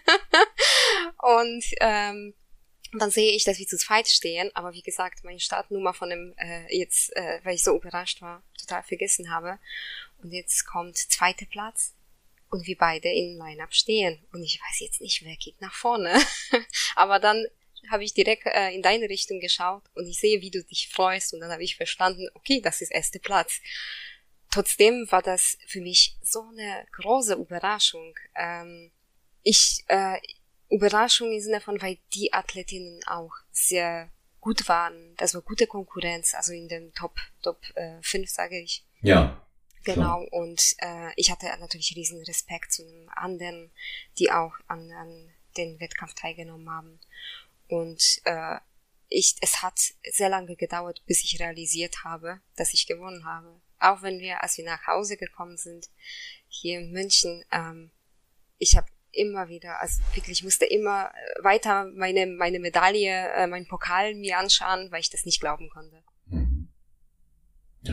und ähm, dann sehe ich, dass wir zu zweit stehen, aber wie gesagt, meine Startnummer von dem, äh, jetzt, äh, weil ich so überrascht war, total vergessen habe. Und jetzt kommt zweiter Platz und wir beide in Line-Up stehen. Und ich weiß jetzt nicht, wer geht nach vorne. aber dann habe ich direkt äh, in deine Richtung geschaut und ich sehe, wie du dich freust und dann habe ich verstanden, okay, das ist erster Platz. Trotzdem war das für mich so eine große Überraschung. Ähm, ich, äh, Überraschung im Sinne von, weil die Athletinnen auch sehr gut waren. Das war gute Konkurrenz, also in den Top, Top äh, fünf, sage ich. Ja. Genau, und äh, ich hatte natürlich riesen Respekt zu den anderen, die auch an, an den Wettkampf teilgenommen haben. Und äh, ich, es hat sehr lange gedauert, bis ich realisiert habe, dass ich gewonnen habe. Auch wenn wir, als wir nach Hause gekommen sind, hier in München, ähm, ich habe immer wieder, also wirklich, ich musste immer weiter meine meine Medaille, äh, meinen Pokal mir anschauen, weil ich das nicht glauben konnte. Mhm. Ja, das war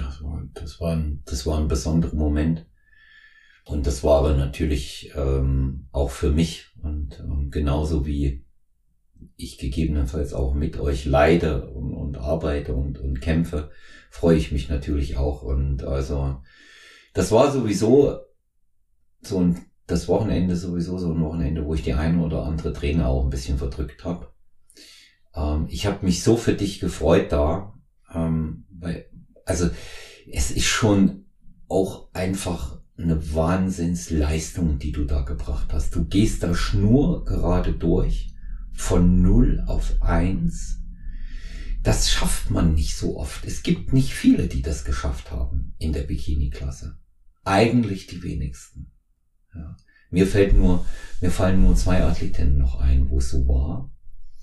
das war ein, das war ein besonderer Moment. Und das war aber natürlich ähm, auch für mich und ähm, genauso wie ich gegebenenfalls auch mit euch leide und, und arbeite und, und kämpfe, freue ich mich natürlich auch. Und also das war sowieso so ein, das Wochenende sowieso so ein Wochenende, wo ich die eine oder andere Träne auch ein bisschen verdrückt habe. Ähm, ich habe mich so für dich gefreut da, ähm, weil, also es ist schon auch einfach eine Wahnsinnsleistung, die du da gebracht hast. Du gehst da schnurgerade durch, von null auf eins. Das schafft man nicht so oft. Es gibt nicht viele, die das geschafft haben in der Bikini-Klasse. Eigentlich die wenigsten. Ja. Mir fällt nur, mir fallen nur zwei Athletinnen noch ein, wo es so war.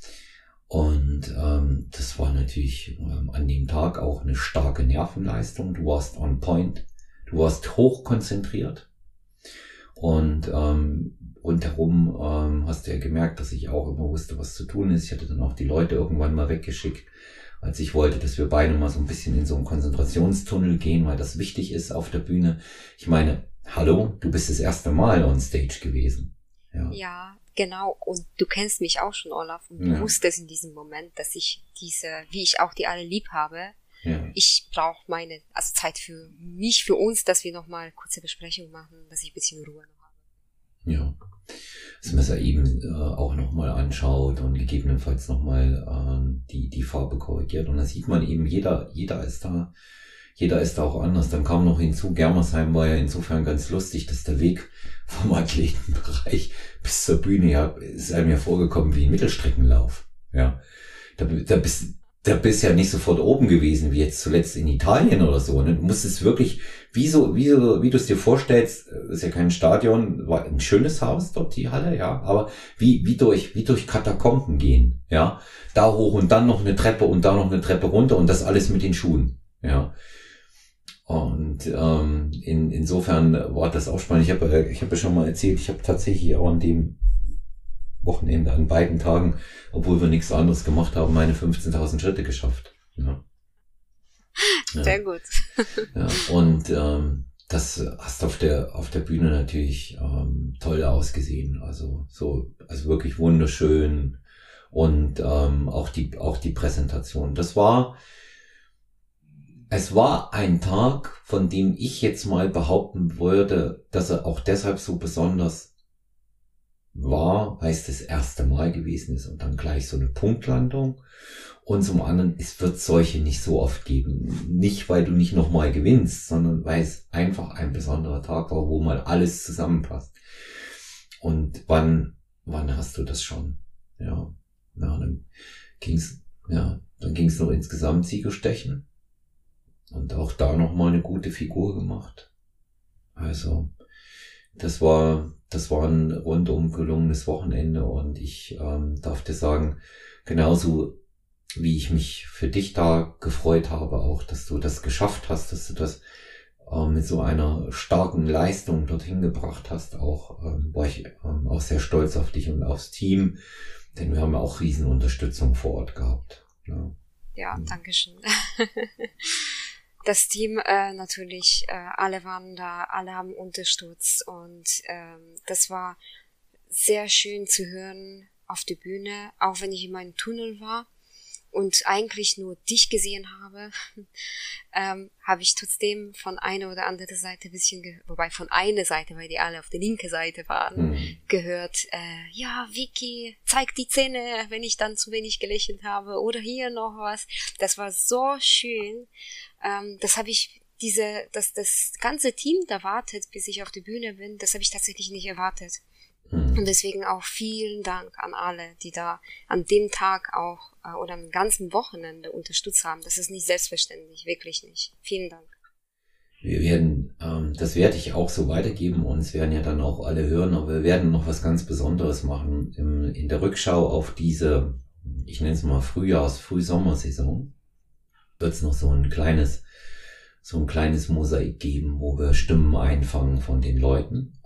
Und ähm, das war natürlich ähm, an dem Tag auch eine starke Nervenleistung. Du warst on point. Du warst hochkonzentriert und ähm, rundherum ähm, hast du ja gemerkt, dass ich auch immer wusste, was zu tun ist. Ich hatte dann auch die Leute irgendwann mal weggeschickt, als ich wollte, dass wir beide mal so ein bisschen in so einen Konzentrationstunnel gehen, weil das wichtig ist auf der Bühne. Ich meine, hallo, du bist das erste Mal on stage gewesen. Ja, ja, genau. Und du kennst mich auch schon, Olaf. Und du ja. wusstest in diesem Moment, dass ich diese, wie ich auch die alle lieb habe, ja. ich brauche meine, also Zeit für mich, für uns, dass wir nochmal kurze Besprechung machen, dass ich ein bisschen Ruhe noch habe. Ja, dass man es ja eben äh, auch nochmal anschaut und gegebenenfalls nochmal äh, die, die Farbe korrigiert. Und da sieht man eben, jeder, jeder ist da, jeder ist da auch anders. Dann kam noch hinzu, Germersheim war ja insofern ganz lustig, dass der Weg vom Athletenbereich bis zur Bühne, ja, ist einem ja vorgekommen wie ein Mittelstreckenlauf. Ja, da, da bist Da bist ja nicht sofort oben gewesen, wie jetzt zuletzt in Italien oder so. Ne? Du musstest wirklich, wie so, wie so, wie du es dir vorstellst, ist ja kein Stadion, war ein schönes Haus dort, die Halle, ja, aber wie, wie durch, wie durch Katakomben gehen, ja. Da hoch und dann noch eine Treppe und da noch eine Treppe runter und das alles mit den Schuhen, ja. Und ähm, in, insofern war das auch spannend. Ich habe, ich habe ja schon mal erzählt, ich habe tatsächlich auch an dem Wochenende, an beiden Tagen, obwohl wir nichts anderes gemacht haben, meine fünfzehntausend Schritte geschafft. Ja. Sehr ja. gut. Ja, und ähm, das hast auf der auf der Bühne natürlich ähm, toll ausgesehen. Also so, also wirklich wunderschön und ähm, auch die auch die Präsentation. Das war es war ein Tag, von dem ich jetzt mal behaupten würde, dass er auch deshalb so besonders war, weil es das erste Mal gewesen ist und dann gleich so eine Punktlandung. Und zum anderen, es wird solche nicht so oft geben. Nicht, weil du nicht nochmal gewinnst, sondern weil es einfach ein besonderer Tag war, wo mal alles zusammenpasst. Und wann, wann hast du das schon? Ja, na, dann ging's, ja, dann ging's noch insgesamt Siegerstechen. Und auch da nochmal eine gute Figur gemacht. Also, das war, das war ein rundum gelungenes Wochenende und ich ähm, darf dir sagen, genauso wie ich mich für dich da gefreut habe, auch, dass du das geschafft hast, dass du das äh, mit so einer starken Leistung dorthin gebracht hast, auch ähm, war ich ähm, auch sehr stolz auf dich und aufs Team, denn wir haben auch riesen Unterstützung vor Ort gehabt. Ja, ja, ja. Dankeschön. Das Team äh, natürlich, äh, alle waren da, alle haben unterstützt und ähm, das war sehr schön zu hören auf der Bühne, auch wenn ich in meinem Tunnel war und eigentlich nur dich gesehen habe, ähm, habe ich trotzdem von einer oder anderen Seite ein bisschen, ge- wobei von einer Seite, weil die alle auf der linken Seite waren, mhm. gehört, äh, ja, Vicky, zeig die Zähne, wenn ich dann zu wenig gelächelt habe oder hier noch was. Das war so schön. Ähm, das habe ich, diese, dass das ganze Team da wartet, bis ich auf der Bühne bin, das habe ich tatsächlich nicht erwartet. Mhm. Und deswegen auch vielen Dank an alle, die da an dem Tag auch äh, oder am ganzen Wochenende unterstützt haben. Das ist nicht selbstverständlich, wirklich nicht. Vielen Dank. Wir werden, ähm, das werde ich auch so weitergeben und es werden ja dann auch alle hören, aber wir werden noch was ganz Besonderes machen im, in der Rückschau auf diese, ich nenne es mal Frühjahrs-, Frühsommersaison. Wird es noch so ein kleines, so ein kleines Mosaik geben, wo wir Stimmen einfangen von den Leuten.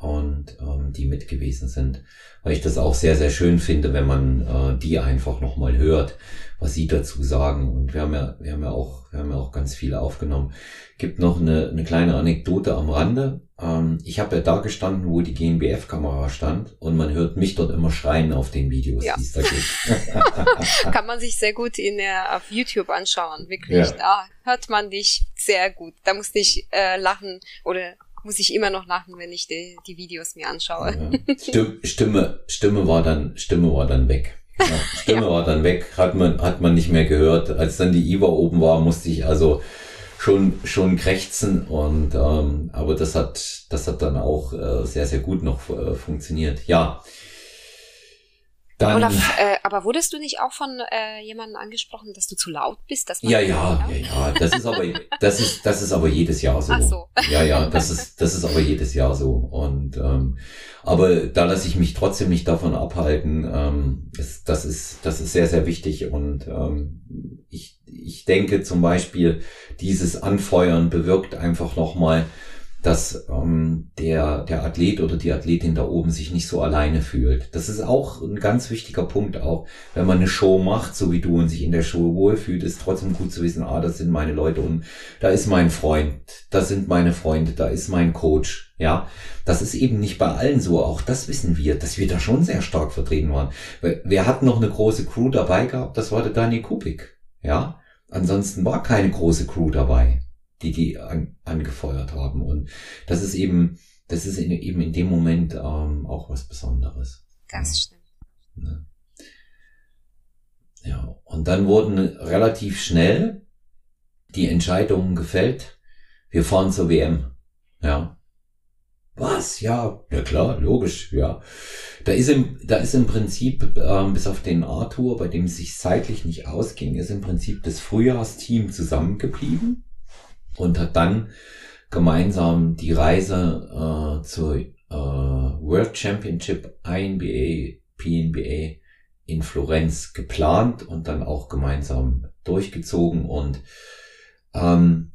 und ähm, die mit gewesen sind. Weil ich das auch sehr, sehr schön finde, wenn man äh, die einfach nochmal hört, was sie dazu sagen. Und wir haben ja, wir haben ja auch, wir haben ja auch ganz viele aufgenommen. Gibt noch eine, eine kleine Anekdote am Rande. Ähm, ich habe ja da gestanden, wo die G N B F-Kamera stand, und man hört mich dort immer schreien auf den Videos, ja. die es da gibt. Kann man sich sehr gut in der, auf YouTube anschauen, wirklich. Ja. Da hört man dich sehr gut. Da musste ich äh, lachen oder muss ich immer noch lachen, wenn ich die, die Videos mir anschaue. Ja. Stimme, Stimme, Stimme war dann, Stimme war dann weg. Ja, Stimme ja. war dann weg, hat man, hat man nicht mehr gehört. Als dann die Iva oben war, musste ich also schon, schon krächzen, und, ähm, aber das hat, das hat dann auch äh, sehr, sehr gut noch äh, funktioniert. Ja. Dann, Olaf, äh, aber wurdest du nicht auch von äh, jemandem angesprochen, dass du zu laut bist? Dass man ja, ja, ja, ja, das ist aber, das ist, das ist aber jedes Jahr so. Ach so. Ja, ja, das ist, das ist aber jedes Jahr so. Und, ähm, aber da lasse ich mich trotzdem nicht davon abhalten. Ähm, das, das ist, das ist sehr, sehr wichtig. Und ähm, ich, ich denke zum Beispiel, dieses Anfeuern bewirkt einfach nochmal, dass ähm, der der Athlet oder die Athletin da oben sich nicht so alleine fühlt. Das ist auch ein ganz wichtiger Punkt, auch wenn man eine Show macht, so wie du, und sich in der Show wohlfühlt, ist trotzdem gut zu wissen, ah, das sind meine Leute, und da ist mein Freund, das sind meine Freunde, da ist mein Coach, ja. Das ist eben nicht bei allen so, auch das wissen wir, dass wir da schon sehr stark vertreten waren. Wir hatten noch eine große Crew dabei gehabt, das war der Daniel Kubik, ja. Ansonsten war keine große Crew dabei, die die an, angefeuert haben. Und das ist eben, das ist in, eben in dem Moment ähm, auch was Besonderes. Das ja. stimmt. Ja. ja, und dann wurden relativ schnell die Entscheidungen gefällt, wir fahren zur W M. Ja. Was? Ja, ja klar, logisch, ja. Da ist im, da ist im Prinzip, ähm, bis auf den Arthur, bei dem es sich zeitlich nicht ausging, ist im Prinzip das Frühjahrsteam zusammengeblieben und hat dann gemeinsam die Reise äh, zur äh, World Championship I N B A, P N B A in Florenz geplant und dann auch gemeinsam durchgezogen. Und ähm,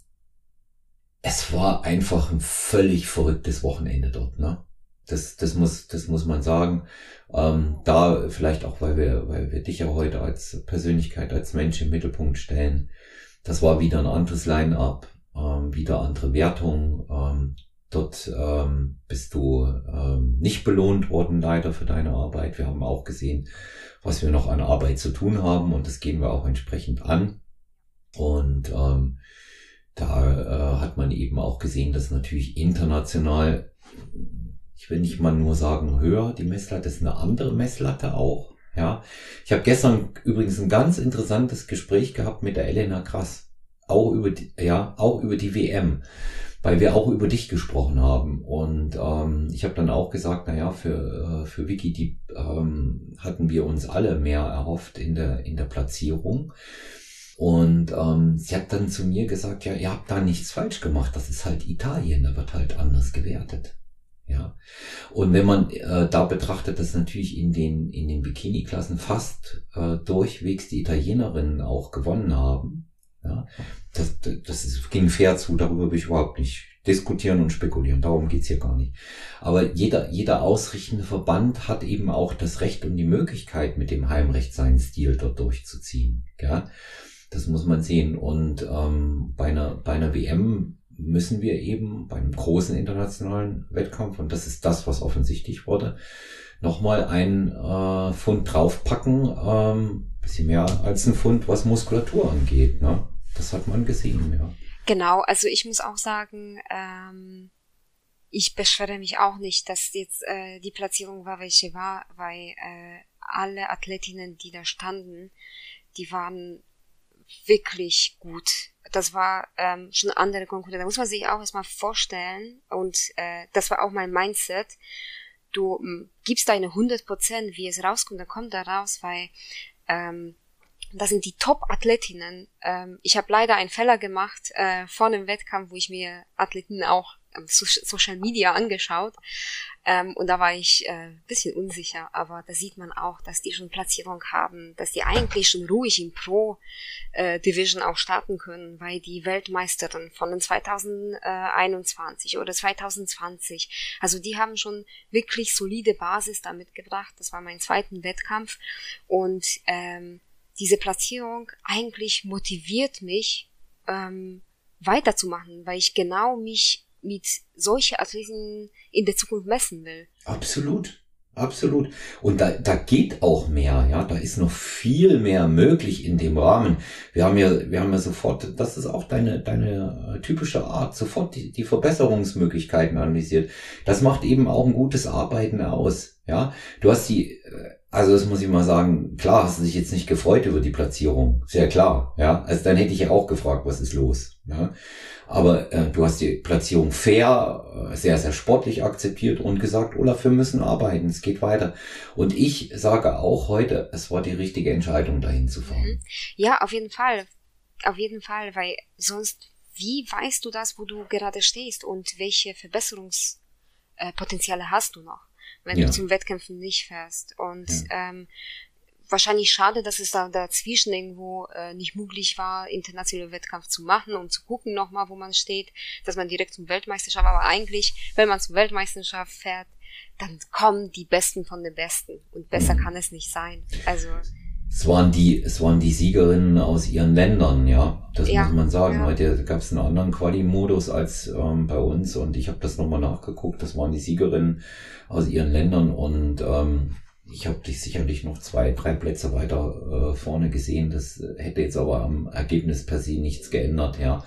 es war einfach ein völlig verrücktes Wochenende dort, ne? Das, das muss, das muss man sagen. Ähm, da vielleicht auch, weil wir, weil wir dich ja heute als Persönlichkeit, als Mensch im Mittelpunkt stellen. Das war wieder ein anderes Line-up. Ähm, wieder andere Wertung. Ähm, dort ähm, bist du ähm, nicht belohnt worden, leider, für deine Arbeit. Wir haben auch gesehen, was wir noch an Arbeit zu tun haben, und das gehen wir auch entsprechend an. Und ähm, da äh, hat man eben auch gesehen, dass natürlich international, ich will nicht mal nur sagen höher, die Messlatte ist eine andere Messlatte auch. Ja, ich habe gestern übrigens ein ganz interessantes Gespräch gehabt mit der Elena Krass. Auch über die, ja, auch über die W M, weil wir auch über dich gesprochen haben. Und ähm, ich habe dann auch gesagt, na ja, für äh, für Vicky, die ähm, hatten wir uns alle mehr erhofft in der in der Platzierung. Und ähm, sie hat dann zu mir gesagt, ja, ihr habt da nichts falsch gemacht. Das ist halt Italien, da wird halt anders gewertet. Ja. Und wenn man äh, da betrachtet, dass natürlich in den in den Bikini-Klassen fast äh, durchwegs die Italienerinnen auch gewonnen haben. Ja, das, das ist, ging fair zu, darüber will ich überhaupt nicht diskutieren und spekulieren, darum geht's hier gar nicht. Aber jeder, jeder ausrichtende Verband hat eben auch das Recht und die Möglichkeit, mit dem Heimrecht seinen Stil dort durchzuziehen. Ja? Das muss man sehen. Und ähm, bei einer, bei einer W M müssen wir eben, bei einem großen internationalen Wettkampf, und das ist das, was offensichtlich wurde, nochmal ein äh, Pfund draufpacken, ähm, bisschen mehr als ein Pfund, was Muskulatur angeht, ne? Das hat man gesehen, ja. Genau, also ich muss auch sagen, ähm, ich beschwere mich auch nicht, dass jetzt äh, die Platzierung war, welche war, weil äh, alle Athletinnen, die da standen, die waren wirklich gut. Das war ähm, schon eine andere Konkurrenz. Da muss man sich auch erstmal vorstellen, und äh, das war auch mein Mindset. Du m, gibst deine hundert Prozent, wie es rauskommt, dann kommt da raus, weil ähm, das sind die Top-Athletinnen. Ähm, ich habe leider einen Fehler gemacht äh, vor einem Wettkampf, wo ich mir Athletinnen auch Social Media angeschaut. Ähm, und da war ich äh, ein bisschen unsicher, aber da sieht man auch, dass die schon Platzierung haben, dass die eigentlich schon ruhig in Pro äh, Division auch starten können, weil die Weltmeisterin von den zwanzig einundzwanzig oder zwanzig zwanzig, also die haben schon wirklich solide Basis da mitgebracht. Das war mein zweiter Wettkampf und ähm, diese Platzierung eigentlich motiviert mich, ähm, weiterzumachen, weil ich genau mich mit solchen Athleten in der Zukunft messen will. Absolut, absolut. Und da, da geht auch mehr, ja, da ist noch viel mehr möglich in dem Rahmen. Wir haben ja, wir haben ja sofort, das ist auch deine, deine typische Art, sofort die, die Verbesserungsmöglichkeiten analysiert. Das macht eben auch ein gutes Arbeiten aus, ja. Du hast die, also das muss ich mal sagen, klar hast du dich jetzt nicht gefreut über die Platzierung, sehr klar, ja. Also dann hätte ich ja auch gefragt, was ist los, ja. Aber äh, du hast die Platzierung fair, äh, sehr, sehr sportlich akzeptiert und gesagt, Olaf, wir müssen arbeiten, es geht weiter. Und ich sage auch heute, es war die richtige Entscheidung, dahin zu fahren. Ja, auf jeden Fall. Auf jeden Fall, weil sonst, wie weißt du das, wo du gerade stehst und welche Verbesserungspotenziale hast du noch, wenn ja. du zum Wettkämpfen nicht fährst? Und ja. ähm, wahrscheinlich schade, dass es da dazwischen irgendwo äh, nicht möglich war, internationalen Wettkampf zu machen und zu gucken nochmal, wo man steht, dass man direkt zum Weltmeisterschaft, aber eigentlich, wenn man zum Weltmeisterschaft fährt, dann kommen die Besten von den Besten und besser mhm. kann es nicht sein. Also es waren die, es waren die Siegerinnen aus ihren Ländern, ja, das ja, muss man sagen. Ja. Heute gab es einen anderen Quali-Modus als ähm, bei uns und ich habe das nochmal nachgeguckt, das waren die Siegerinnen aus ihren Ländern und ähm, ich habe dich sicherlich noch zwei, drei Plätze weiter äh, vorne gesehen. Das hätte jetzt aber am Ergebnis per se nichts geändert, ja.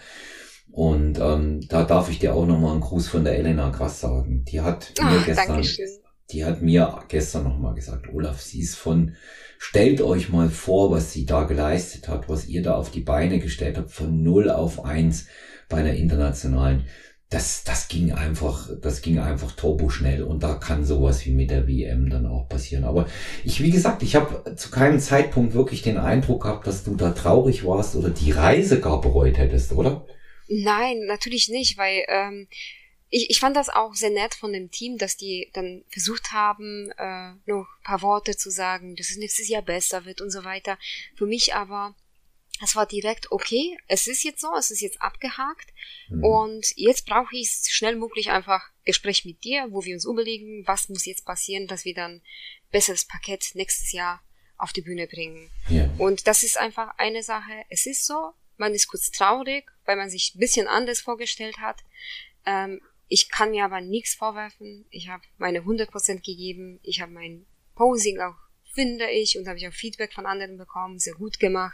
Und ähm, da darf ich dir auch nochmal einen Gruß von der Elena Grass sagen. Die hat oh, mir gestern, Dankeschön. die hat mir gestern nochmal gesagt, Olaf, sie ist von, stellt euch mal vor, was sie da geleistet hat, was ihr da auf die Beine gestellt habt, von null auf eins bei einer internationalen. Das, das ging einfach, das ging einfach turboschnell und da kann sowas wie mit der W M dann auch passieren. Aber ich, wie gesagt, ich habe zu keinem Zeitpunkt wirklich den Eindruck gehabt, dass du da traurig warst oder die Reise gar bereut hättest, oder? Nein, natürlich nicht, weil ähm, ich, ich fand das auch sehr nett von dem Team, dass die dann versucht haben, äh, noch ein paar Worte zu sagen, dass es nächstes Jahr besser wird und so weiter. Für mich aber, es war direkt, okay, es ist jetzt so, es ist jetzt abgehakt mhm. und jetzt brauche ich schnell möglich einfach Gespräch mit dir, wo wir uns überlegen, was muss jetzt passieren, dass wir dann besseres Paket nächstes Jahr auf die Bühne bringen. Ja. Und das ist einfach eine Sache, es ist so, man ist kurz traurig, weil man sich ein bisschen anders vorgestellt hat. Ähm, ich kann mir aber nichts vorwerfen, ich habe meine hundert Prozent gegeben, ich habe mein Posing auch, finde ich, und habe ich auch Feedback von anderen bekommen, sehr gut gemacht.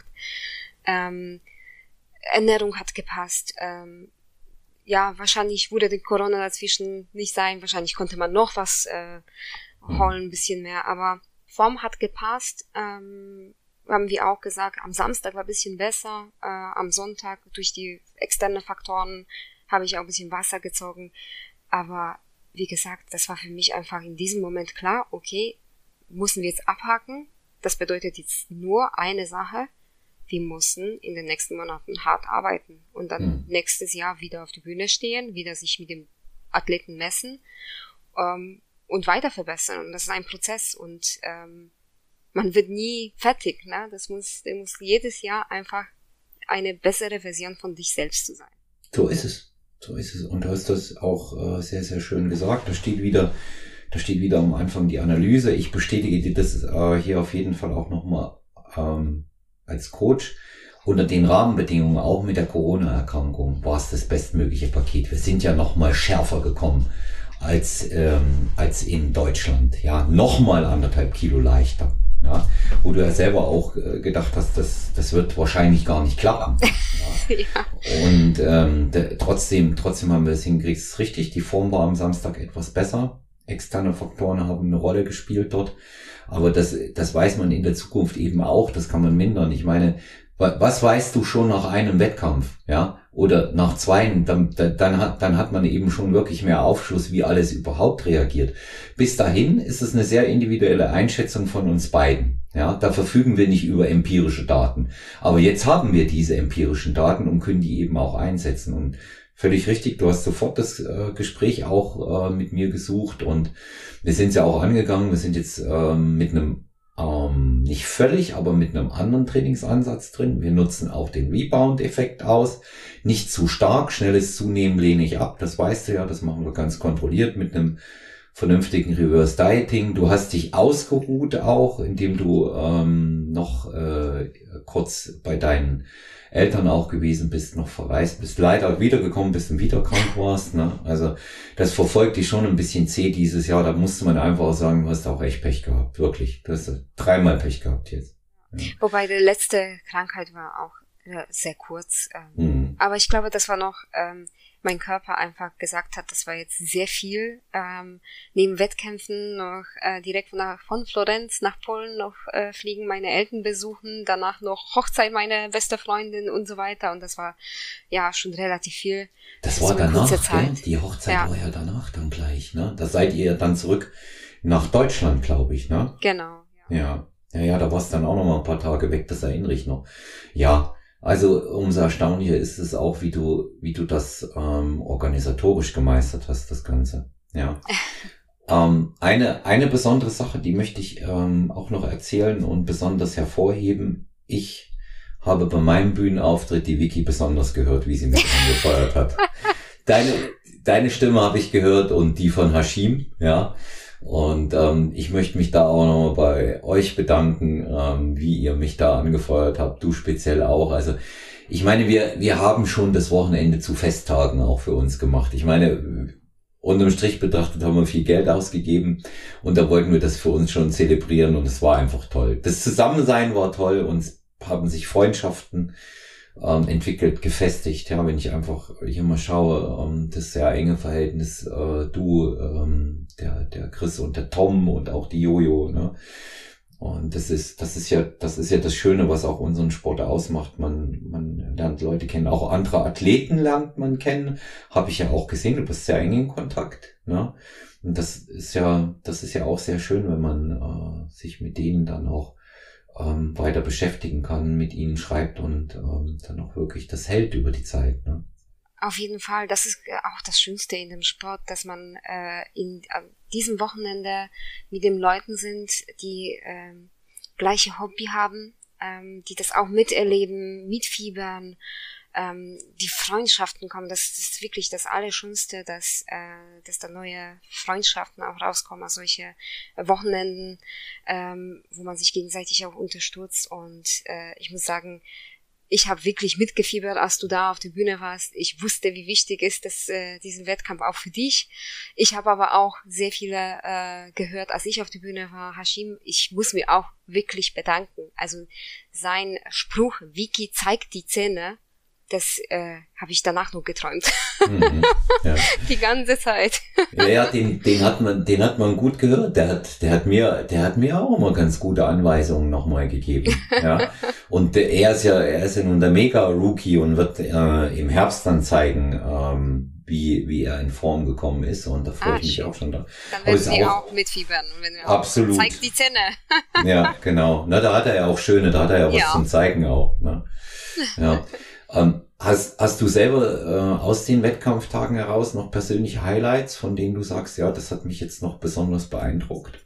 Ähm, Ernährung hat gepasst. Ähm, ja, wahrscheinlich wurde die Corona dazwischen nicht sein. Wahrscheinlich konnte man noch was äh, holen, ein bisschen mehr. Aber Form hat gepasst. Ähm, haben wir auch gesagt, am Samstag war ein bisschen besser. Äh, am Sonntag durch die externen Faktoren habe ich auch ein bisschen Wasser gezogen. Aber wie gesagt, das war für mich einfach in diesem Moment klar, okay, müssen wir jetzt abhaken. Das bedeutet jetzt nur eine Sache. Wir müssen in den nächsten Monaten hart arbeiten und dann mhm. nächstes Jahr wieder auf die Bühne stehen, wieder sich mit dem Athleten messen ähm, und weiter verbessern. Und das ist ein Prozess und ähm, man wird nie fertig. Ne? Das muss, das muss jedes Jahr einfach eine bessere Version von dich selbst zu sein. So ist es. So ist es. Und du hast das auch äh, sehr, sehr schön gesagt. Da steht wieder, da steht wieder am Anfang die Analyse. Ich bestätige dir das äh, hier auf jeden Fall auch nochmal ähm, als Coach. Unter den Rahmenbedingungen, auch mit der Corona-Erkrankung, war es das bestmögliche Paket. Wir sind ja nochmal schärfer gekommen als ähm, als in Deutschland. Ja, nochmal anderthalb Kilo leichter. Ja, wo du ja selber auch äh, gedacht hast, das das wird wahrscheinlich gar nicht klappen. Ja. Ja. Und ähm, de, trotzdem trotzdem haben wir es hingekriegt. Es ist richtig, die Form war am Samstag etwas besser. Externe Faktoren haben eine Rolle gespielt dort. Aber das, das weiß man in der Zukunft eben auch, das kann man mindern. Ich meine, was weißt du schon nach einem Wettkampf, ja? Oder nach zweien, dann, dann hat, dann hat man eben schon wirklich mehr Aufschluss, wie alles überhaupt reagiert. Bis dahin ist es eine sehr individuelle Einschätzung von uns beiden, ja? Da verfügen wir nicht über empirische Daten. Aber jetzt haben wir diese empirischen Daten und können die eben auch einsetzen. Und völlig richtig. Du hast sofort das äh, Gespräch auch äh, mit mir gesucht und wir sind ja auch angegangen. Wir sind jetzt äh, mit einem, ähm, nicht völlig, aber mit einem anderen Trainingsansatz drin. Wir nutzen auch den Rebound-Effekt aus. Nicht zu stark, schnelles Zunehmen lehne ich ab. Das weißt du ja, das machen wir ganz kontrolliert mit einem vernünftigen Reverse Dieting. Du hast dich ausgeruht auch, indem du ähm, noch äh, kurz bei deinen Eltern auch gewesen bist, noch verreist bist, leider wiedergekommen bist und wieder krank warst. Ne? Also das verfolgt dich schon ein bisschen zäh dieses Jahr. Da musste man einfach auch sagen, du hast auch echt Pech gehabt, wirklich. Du hast dreimal Pech gehabt jetzt. Ja. Wobei die letzte Krankheit war auch äh, sehr kurz. Ähm, mhm. Aber ich glaube, das war noch... Ähm, mein Körper einfach gesagt hat, das war jetzt sehr viel. Ähm, neben Wettkämpfen noch äh, direkt nach, von Florenz nach Polen noch äh, fliegen, meine Eltern besuchen, danach noch Hochzeit meiner beste Freundin und so weiter. Und das war ja schon relativ viel. Das war danach, gell? Die Hochzeit ja. war ja danach dann gleich, ne? Da seid ihr dann zurück nach Deutschland, glaube ich, ne? Genau. Ja. ja, ja, ja, da warst dann auch noch mal ein paar Tage weg, das erinnere ich noch. Ja. Also umso erstaunlicher ist es auch, wie du, wie du das ähm, organisatorisch gemeistert hast, das Ganze. Ja. ähm, eine eine besondere Sache, die möchte ich ähm, auch noch erzählen und besonders hervorheben. Ich habe bei meinem Bühnenauftritt die Vicky besonders gehört, wie sie mich angefeuert hat. Deine deine Stimme habe ich gehört und die von Hashim, ja. Und ähm, ich möchte mich da auch nochmal bei euch bedanken, ähm, wie ihr mich da angefeuert habt, du speziell auch. Also ich meine, wir wir haben schon das Wochenende zu Festtagen auch für uns gemacht. Ich meine, unterm Strich betrachtet haben wir viel Geld ausgegeben und da wollten wir das für uns schon zelebrieren und es war einfach toll. Das Zusammensein war toll und es haben sich Freundschaften ähm, entwickelt, gefestigt. Ja, wenn ich einfach hier mal schaue, ähm, das sehr enge Verhältnis, äh, du, ähm, der der Chris und der Tom und auch die Jojo, ne? Und das ist das ist ja das ist ja das Schöne, was auch unseren Sport ausmacht. Man man lernt Leute kennen, auch andere Athleten lernt man kennen. Habe ich ja auch gesehen. Du bist sehr eng in Kontakt, ne? Und das ist ja das ist ja auch sehr schön, wenn man äh, sich mit denen dann auch ähm, weiter beschäftigen kann, mit ihnen schreibt und ähm, dann auch wirklich das hält über die Zeit, ne? Auf jeden Fall, das ist auch das Schönste in dem Sport, dass man äh, in äh, diesem Wochenende mit den Leuten sind, die äh, gleiche Hobby haben, ähm, die das auch miterleben, mitfiebern, ähm, die Freundschaften kommen. Das, das ist wirklich das Allerschönste, dass, äh, dass da neue Freundschaften auch rauskommen, aus solche Wochenenden, ähm, wo man sich gegenseitig auch unterstützt. Und äh, ich muss sagen, ich habe wirklich mitgefiebert, als du da auf der Bühne warst. Ich wusste, wie wichtig ist das, äh, diesen Wettkampf auch für dich. Ich habe aber auch sehr viele äh, gehört, als ich auf der Bühne war. Hashim, ich muss mir auch wirklich bedanken. Also sein Spruch, Vicky zeigt die Zähne, das äh, habe ich danach noch geträumt. Mhm, ja. Die ganze Zeit. Ja, ja, den, den hat man, den hat man gut gehört. Der hat, der hat mir, der hat mir auch immer ganz gute Anweisungen nochmal gegeben. Ja. Und er ist ja, er ist ja nun der Mega-Rookie und wird äh, im Herbst dann zeigen, ähm, wie, wie er in Form gekommen ist. Und da freue ah, ich mich schön. auch schon da. Dann werden Sie auch, auch mitfiebern, wenn wir absolut. Auch zeigt die Zähne. Ja, genau. Na, da hat er ja auch schöne, da hat er ja was ja. zum Zeigen auch. Ne? Ja. Ähm, hast, hast du selber äh, aus den Wettkampftagen heraus noch persönliche Highlights, von denen du sagst, ja, das hat mich jetzt noch besonders beeindruckt?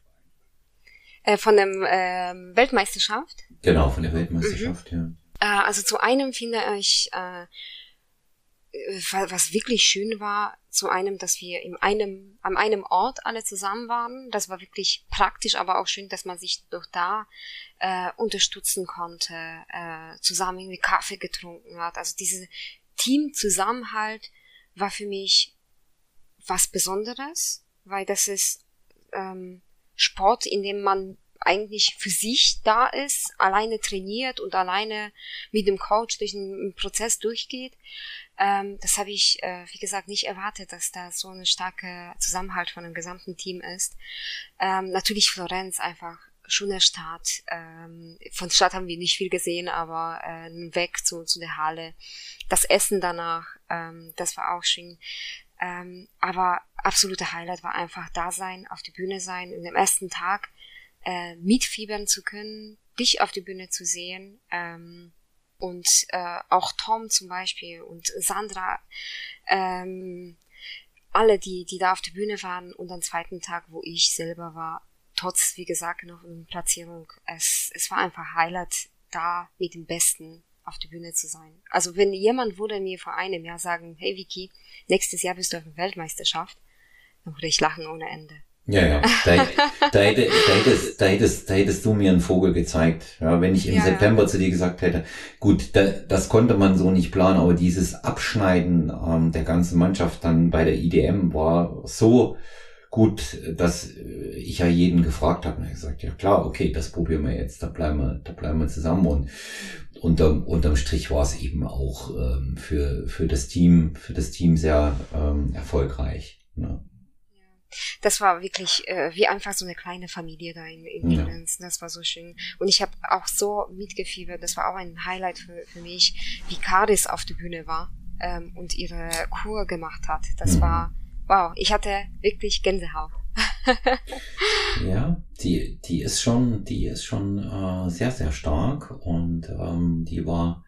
Äh, von der ähm, Weltmeisterschaft? Genau, von der Weltmeisterschaft, mhm. ja. Äh, also zu einem finde ich, äh, was wirklich schön war, zu einem, dass wir in einem, an einem Ort alle zusammen waren. Das war wirklich praktisch, aber auch schön, dass man sich doch da äh, unterstützen konnte, äh, zusammen irgendwie Kaffee getrunken hat. Also diese Teamzusammenhalt war für mich was Besonderes, weil das ist ähm, Sport, in dem man eigentlich für sich da ist, alleine trainiert und alleine mit dem Coach durch den Prozess durchgeht. Ähm, das habe ich, äh, wie gesagt, nicht erwartet, dass da so eine starke Zusammenhalt von dem gesamten Team ist. Ähm, natürlich Florenz, einfach schöner Start. Ähm, von der Stadt haben wir nicht viel gesehen, aber äh, einen Weg zu, zu der Halle. Das Essen danach, ähm, das war auch schön. Ähm, aber absolute Highlight war einfach da sein, auf die Bühne sein, in dem ersten Tag äh, mitfiebern zu können, dich auf die Bühne zu sehen, ähm, und äh, auch Tom zum Beispiel und Sandra, ähm, alle, die, die da auf der Bühne waren, und am zweiten Tag, wo ich selber war, trotz, wie gesagt, noch eine Platzierung, es, es war einfach Highlight, da mit dem Besten auf der Bühne zu sein. Also wenn jemand würde mir vor einem Jahr sagen, hey Vicky, nächstes Jahr bist du auf der Weltmeisterschaft, dann würde ich lachen ohne Ende. Ja, ja, da, da, hätte, da, hättest, da, hättest, da hättest du mir einen Vogel gezeigt. Ja, wenn ich im ja, September ja. zu dir gesagt hätte, gut, da, das konnte man so nicht planen, aber dieses Abschneiden ähm, der ganzen Mannschaft dann bei der I D M war so gut, dass ich ja jeden gefragt habe und er gesagt, ja klar, okay, das probieren wir jetzt, da bleiben wir, da bleiben wir zusammen, und unterm, unterm Strich war es eben auch ähm, für, für das Team, für das Team sehr ähm, erfolgreich. Ne? Das war wirklich äh, wie einfach so eine kleine Familie da in, in ja. Linz. Das war so schön. Und ich habe auch so mitgefiebert. Das war auch ein Highlight für, für mich, wie Karis auf der Bühne war ähm, und ihre Kur gemacht hat. Das mhm. war, wow, ich hatte wirklich Gänsehaut. Ja, die, die ist schon, die ist schon äh, sehr, sehr stark, und ähm, die war,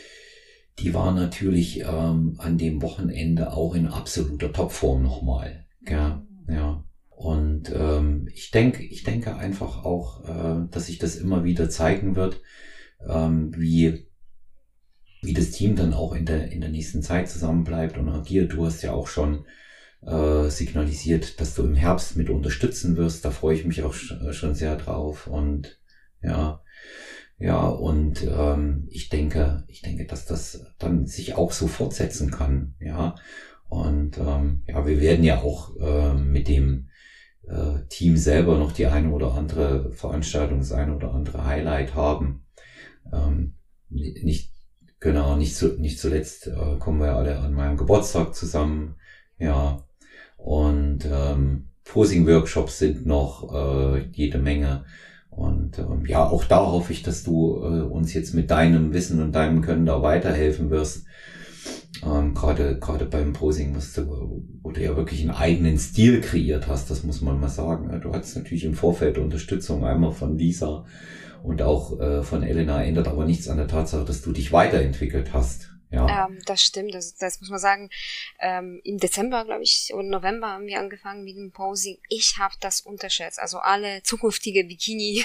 die war natürlich ähm, an dem Wochenende auch in absoluter Topform nochmal, gell? Ja, und ähm, ich denke, ich denke einfach auch, äh, dass sich das immer wieder zeigen wird, ähm, wie wie das Team dann auch in der in der nächsten Zeit zusammenbleibt und agiert. Du hast ja auch schon äh, signalisiert, dass du im Herbst mit unterstützen wirst. Da freue ich mich auch sch- schon sehr drauf. Und ja, ja, und ähm, ich denke, ich denke, dass das dann sich auch so fortsetzen kann. Ja. Und ähm, ja, wir werden ja auch äh, mit dem äh, Team selber noch die eine oder andere Veranstaltung, das eine oder andere Highlight haben. Ähm, nicht genau, nicht zu, nicht zuletzt äh, kommen wir alle an meinem Geburtstag zusammen. Ja, und ähm, Posing-Workshops sind noch äh, jede Menge. Und ähm, ja, auch da hoffe ich, dass du äh, uns jetzt mit deinem Wissen und deinem Können da weiterhelfen wirst. Ähm, gerade gerade beim Posing, musst du, wo du ja wirklich einen eigenen Stil kreiert hast, das muss man mal sagen. Du hattest natürlich im Vorfeld Unterstützung, einmal von Lisa und auch äh, von Elena, ändert aber nichts an der Tatsache, dass du dich weiterentwickelt hast. Ja. Ähm, das stimmt, das, das muss man sagen. Ähm, im Dezember, glaube ich, oder November haben wir angefangen mit dem Posing. Ich habe das unterschätzt. Also alle zukünftige Bikini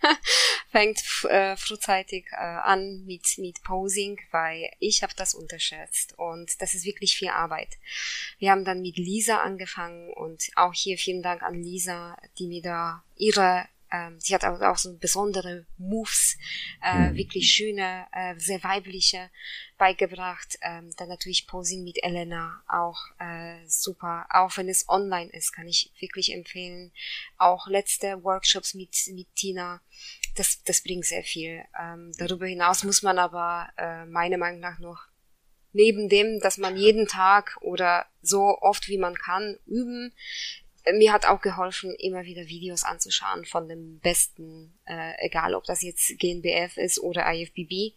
fängt äh, frühzeitig äh, an mit mit Posing, weil ich habe das unterschätzt. Und das ist wirklich viel Arbeit. Wir haben dann mit Lisa angefangen, und auch hier vielen Dank an Lisa, die mir da ihre Ähm, sie hat auch, auch so besondere Moves, äh, mhm. wirklich schöne, äh, sehr weibliche beigebracht. Ähm, dann natürlich Posing mit Elena, auch äh, super. Auch wenn es online ist, kann ich wirklich empfehlen. Auch letzte Workshops mit mit Tina, das das bringt sehr viel. Ähm, darüber hinaus muss man aber äh, meiner Meinung nach noch neben dem, dass man jeden Tag oder so oft wie man kann üben. Mir hat auch geholfen, immer wieder Videos anzuschauen von dem Besten, äh, egal ob das jetzt G N B F ist oder I F B B.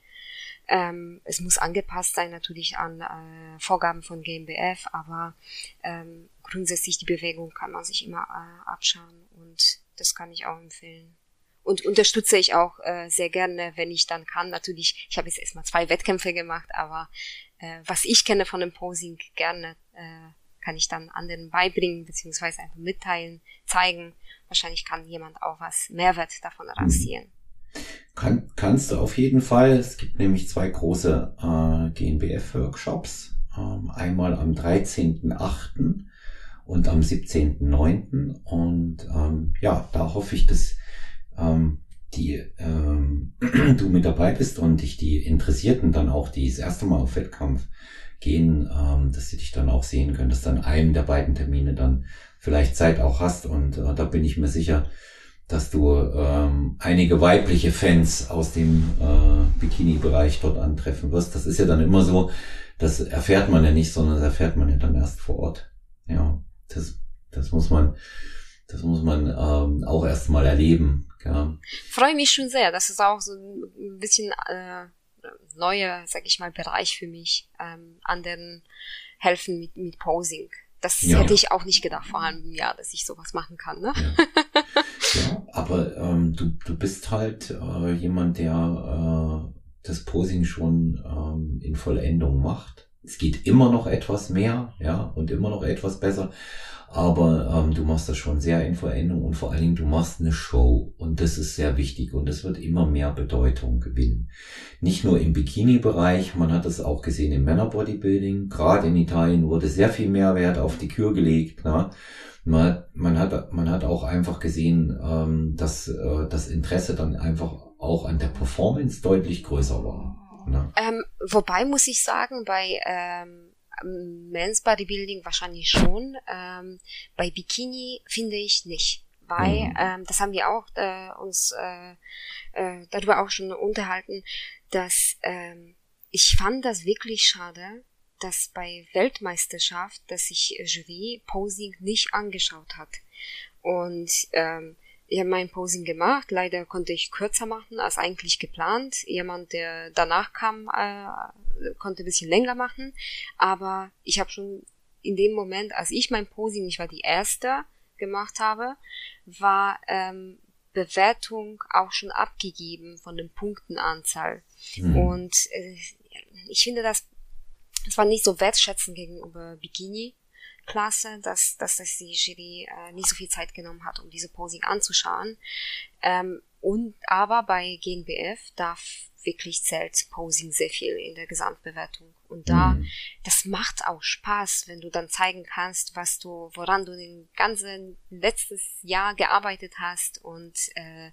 Ähm, es muss angepasst sein natürlich an äh, Vorgaben von G N B F, aber ähm, grundsätzlich die Bewegung kann man sich immer äh, abschauen, und das kann ich auch empfehlen. Und unterstütze ich auch äh, sehr gerne, wenn ich dann kann. Natürlich, ich habe jetzt erstmal zwei Wettkämpfe gemacht, aber äh, was ich kenne von dem Posing gerne, äh, kann ich dann anderen beibringen, beziehungsweise einfach mitteilen, zeigen. Wahrscheinlich kann jemand auch was Mehrwert davon rausziehen. Kann, kannst du auf jeden Fall. Es gibt nämlich zwei große äh, G N B F-Workshops. Ähm, einmal am dreizehnten achten und am siebzehnten neunten Und ähm, ja, da hoffe ich, dass ähm, die ähm, du mit dabei bist und dich die Interessierten dann auch, die das erste Mal auf Wettkampf gehen, ähm, dass sie dich dann auch sehen können, dass du an einem der beiden Termine dann vielleicht Zeit auch hast, und äh, da bin ich mir sicher, dass du ähm, einige weibliche Fans aus dem äh, Bikini-Bereich dort antreffen wirst. Das ist ja dann immer so, das erfährt man ja nicht, sondern das erfährt man ja dann erst vor Ort. Ja, das das muss man das muss man ähm, auch erst mal erleben. Ja. Freue mich schon sehr, das ist auch so ein bisschen äh neuer, sag ich mal, Bereich für mich, ähm, anderen helfen mit, mit Posing. Das ja. hätte ich auch nicht gedacht vor einem Jahr, dass ich sowas machen kann, ne? Ja, ja, aber ähm, du, du bist halt äh, jemand, der das Posing schon ähm, in Vollendung macht. Es geht immer noch etwas mehr, ja, und immer noch etwas besser. Aber ähm, du machst das schon sehr in Vollendung und vor allen Dingen, du machst eine Show. Und das ist sehr wichtig und das wird immer mehr Bedeutung gewinnen. Nicht nur im Bikini-Bereich, man hat es auch gesehen im Männerbodybuilding. Gerade in Italien wurde sehr viel mehr Wert auf die Kür gelegt. Ne? Man, man, hat, man hat auch einfach gesehen, ähm, dass äh, das Interesse dann einfach auch an der Performance deutlich größer war. Ne? Ähm, wobei muss ich sagen, bei... Ähm Men's Bodybuilding wahrscheinlich schon. Ähm, bei Bikini finde ich nicht, weil mhm. ähm, das haben wir auch äh, uns äh, äh, darüber auch schon unterhalten, dass ähm, ich fand das wirklich schade, dass bei Weltmeisterschaft, dass sich Jury Posing nicht angeschaut hat. Und ähm, ich habe mein Posing gemacht, leider konnte ich kürzer machen als eigentlich geplant. Jemand, der danach kam, äh, konnte ein bisschen länger machen. Aber ich habe schon in dem Moment, als ich mein Posing, ich war die Erste, gemacht habe, war ähm, Bewertung auch schon abgegeben von den Punktenanzahl. Mhm. Und äh, ich finde, das, das war nicht so wertschätzend gegenüber Bikini. Klasse, dass, dass, dass die Jury äh, nicht so viel Zeit genommen hat, um diese Posing anzuschauen. Ähm, und aber bei G N B F darf wirklich zählt Posing sehr viel in der Gesamtbewertung. Und da, mhm. das macht auch Spaß, wenn du dann zeigen kannst, was du, woran du den ganzen letztes Jahr gearbeitet hast und äh,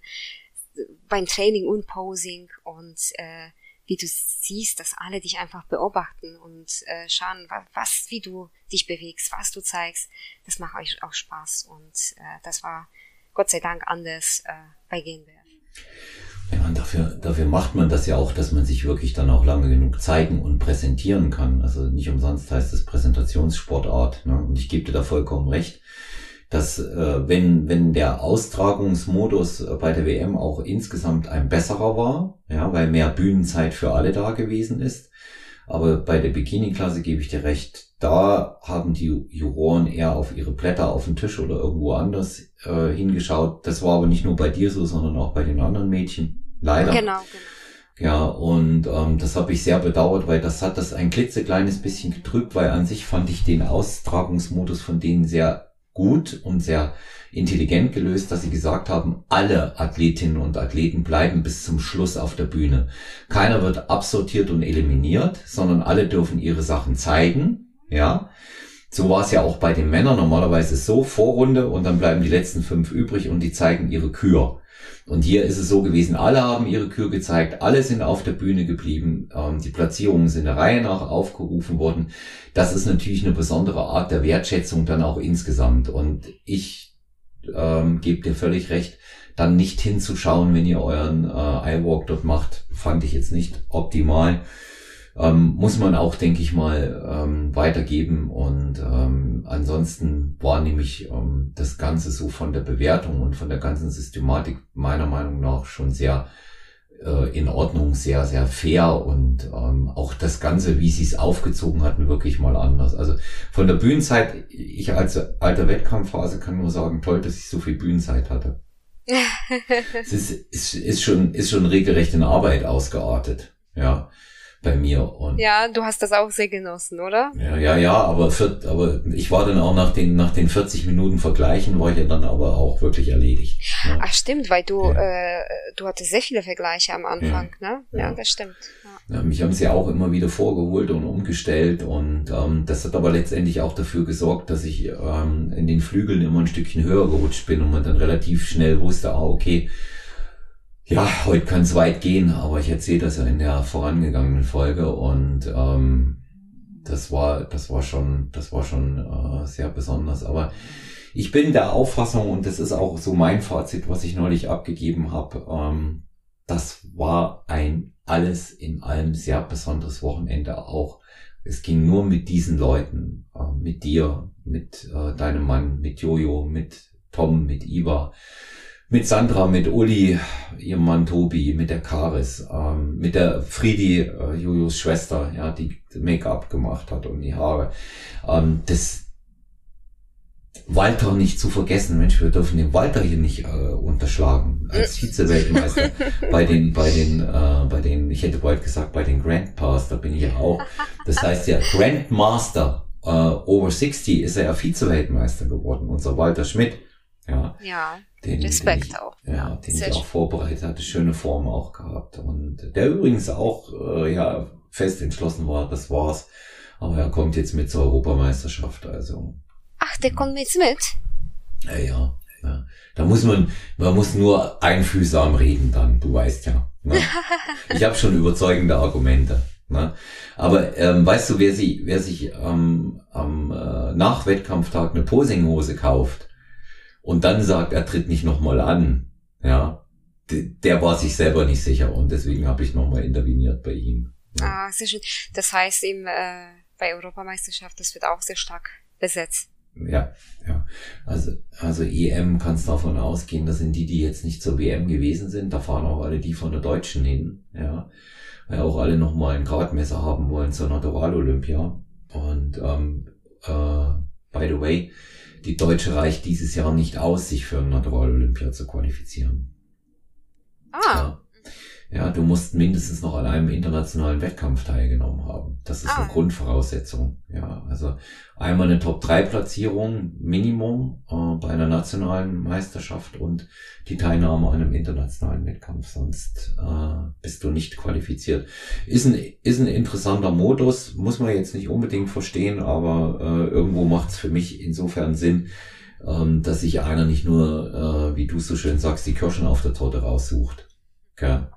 beim Training und Posing und äh, wie du siehst, dass alle dich einfach beobachten und äh, schauen, was, wie du dich bewegst, was du zeigst. Das macht euch auch Spaß und äh, das war Gott sei Dank anders äh, bei G N B F. Ja, und dafür, dafür macht man das ja auch, dass man sich wirklich dann auch lange genug zeigen und präsentieren kann. Also nicht umsonst heißt es Präsentationssportart. Ne? Und ich gebe dir da vollkommen recht, dass äh, wenn wenn der Austragungsmodus bei der W M auch insgesamt ein besserer war, ja, weil mehr Bühnenzeit für alle da gewesen ist, aber bei der Bikini-Klasse gebe ich dir recht, da haben die Juroren eher auf ihre Blätter auf dem Tisch oder irgendwo anders äh, hingeschaut. Das war aber nicht nur bei dir so, sondern auch bei den anderen Mädchen, leider. Genau, genau. Ja, und ähm, das habe ich sehr bedauert, weil das hat das ein klitzekleines bisschen getrübt, weil an sich fand ich den Austragungsmodus von denen sehr gut und sehr intelligent gelöst, dass sie gesagt haben, alle Athletinnen und Athleten bleiben bis zum Schluss auf der Bühne. Keiner wird absortiert und eliminiert, sondern alle dürfen ihre Sachen zeigen, ja. So war es ja auch bei den Männern. Normalerweise ist es so, Vorrunde und dann bleiben die letzten fünf übrig und die zeigen ihre Kür. Und hier ist es so gewesen, alle haben ihre Kür gezeigt, alle sind auf der Bühne geblieben, ähm, die Platzierungen sind der Reihe nach aufgerufen worden. Das ist natürlich eine besondere Art der Wertschätzung dann auch insgesamt. Und ich ähm, gebe dir völlig recht, dann nicht hinzuschauen, wenn ihr euren äh, iWalk dort macht, fand ich jetzt nicht optimal. Ähm, muss man auch, denke ich mal, ähm, weitergeben. Und ähm, ansonsten war nämlich ähm, das Ganze so von der Bewertung und von der ganzen Systematik meiner Meinung nach schon sehr äh, in Ordnung, sehr, sehr fair und ähm, auch das Ganze, wie sie es aufgezogen hatten, wirklich mal anders. Also von der Bühnenzeit, ich als alter Wettkampfphase kann nur sagen, toll, dass ich so viel Bühnenzeit hatte. Es ist, ist, ist schon, ist schon regelrecht in Arbeit ausgeartet, ja. Bei mir. Und ja, du hast das auch sehr genossen, oder? Ja, ja, ja, aber, für, aber ich war dann auch nach den, nach den vierzig Minuten Vergleichen, war ich ja dann aber auch wirklich erledigt. Ne? Ach stimmt, weil du, ja. äh, du hattest sehr viele Vergleiche am Anfang, ja. ne? Ja, ja, das stimmt. Ja. Ja, mich haben sie ja auch immer wieder vorgeholt und umgestellt und ähm, das hat aber letztendlich auch dafür gesorgt, dass ich ähm, in den Flügeln immer ein Stückchen höher gerutscht bin und man dann relativ schnell wusste, ah, okay, ja, heute kann es weit gehen, aber ich erzähle das ja in der vorangegangenen Folge und ähm, das war, das war schon, das war schon äh, sehr besonders. Aber ich bin der Auffassung und das ist auch so mein Fazit, was ich neulich abgegeben habe. Ähm, das war ein alles in allem sehr besonderes Wochenende auch. Es ging nur mit diesen Leuten, äh, mit dir, mit äh, deinem Mann, mit Jojo, mit Tom, mit Iva. Mit Sandra, mit Uli, ihrem Mann Tobi, mit der Karis, ähm, mit der Friedi, äh, Jojos Schwester, ja, die Make-up gemacht hat und die Haare. Ähm, das Walter nicht zu vergessen, Mensch, wir dürfen den Walter hier nicht äh, unterschlagen. als Vize-Weltmeister bei den, bei den, äh, bei den, ich hätte bald gesagt, bei den Grandpas, da bin ich ja auch. Das heißt ja, Grandmaster äh, over sechzig ist er ja Vize-Weltmeister geworden, unser Walter Schmidt. Ja, ja den, Respekt den ich, auch. Ja, den Sehr ich auch schön. vorbereitet hatte, schöne Form auch gehabt. Und der übrigens auch, äh, ja, fest entschlossen war, das war's. Aber er kommt jetzt mit zur Europameisterschaft, also. Ach, der kommt jetzt mit? Ja, ja, ja. Da muss man, man muss nur einfühlsam reden dann, du weißt ja. Ne? Ich habe schon überzeugende Argumente. Ne? Aber ähm, weißt du, wer sich, wer sich ähm, am äh, Nachwettkampftag eine Posinghose kauft und dann sagt, er tritt nicht nochmal an, ja, d- der war sich selber nicht sicher und deswegen habe ich nochmal interveniert bei ihm. Ja. Ah, sehr schön. Das heißt eben äh, bei Europameisterschaft, das wird auch sehr stark besetzt. Ja, ja. Also, also E M kannst davon ausgehen, das sind die, die jetzt nicht zur W M gewesen sind. Da fahren auch alle die von der Deutschen hin, ja. Weil auch alle nochmal ein Gradmesser haben wollen zur Natural-Olympia. Und, ähm, äh, by the way, die Deutsche reicht dieses Jahr nicht aus, sich für ein Natural-Olympia zu qualifizieren. Ah. Ja. Ja, du musst mindestens noch an einem internationalen Wettkampf teilgenommen haben. Das ist Ah. eine Grundvoraussetzung. Ja, also einmal eine Top drei Platzierung Minimum äh, bei einer nationalen Meisterschaft und die Teilnahme an einem internationalen Wettkampf. Sonst äh, bist du nicht qualifiziert. Ist ein, ist ein interessanter Modus, muss man jetzt nicht unbedingt verstehen, aber äh, irgendwo macht es für mich insofern Sinn, ähm, dass sich einer nicht nur, äh, wie du so schön sagst, die Kirschen auf der Torte raussucht. Okay.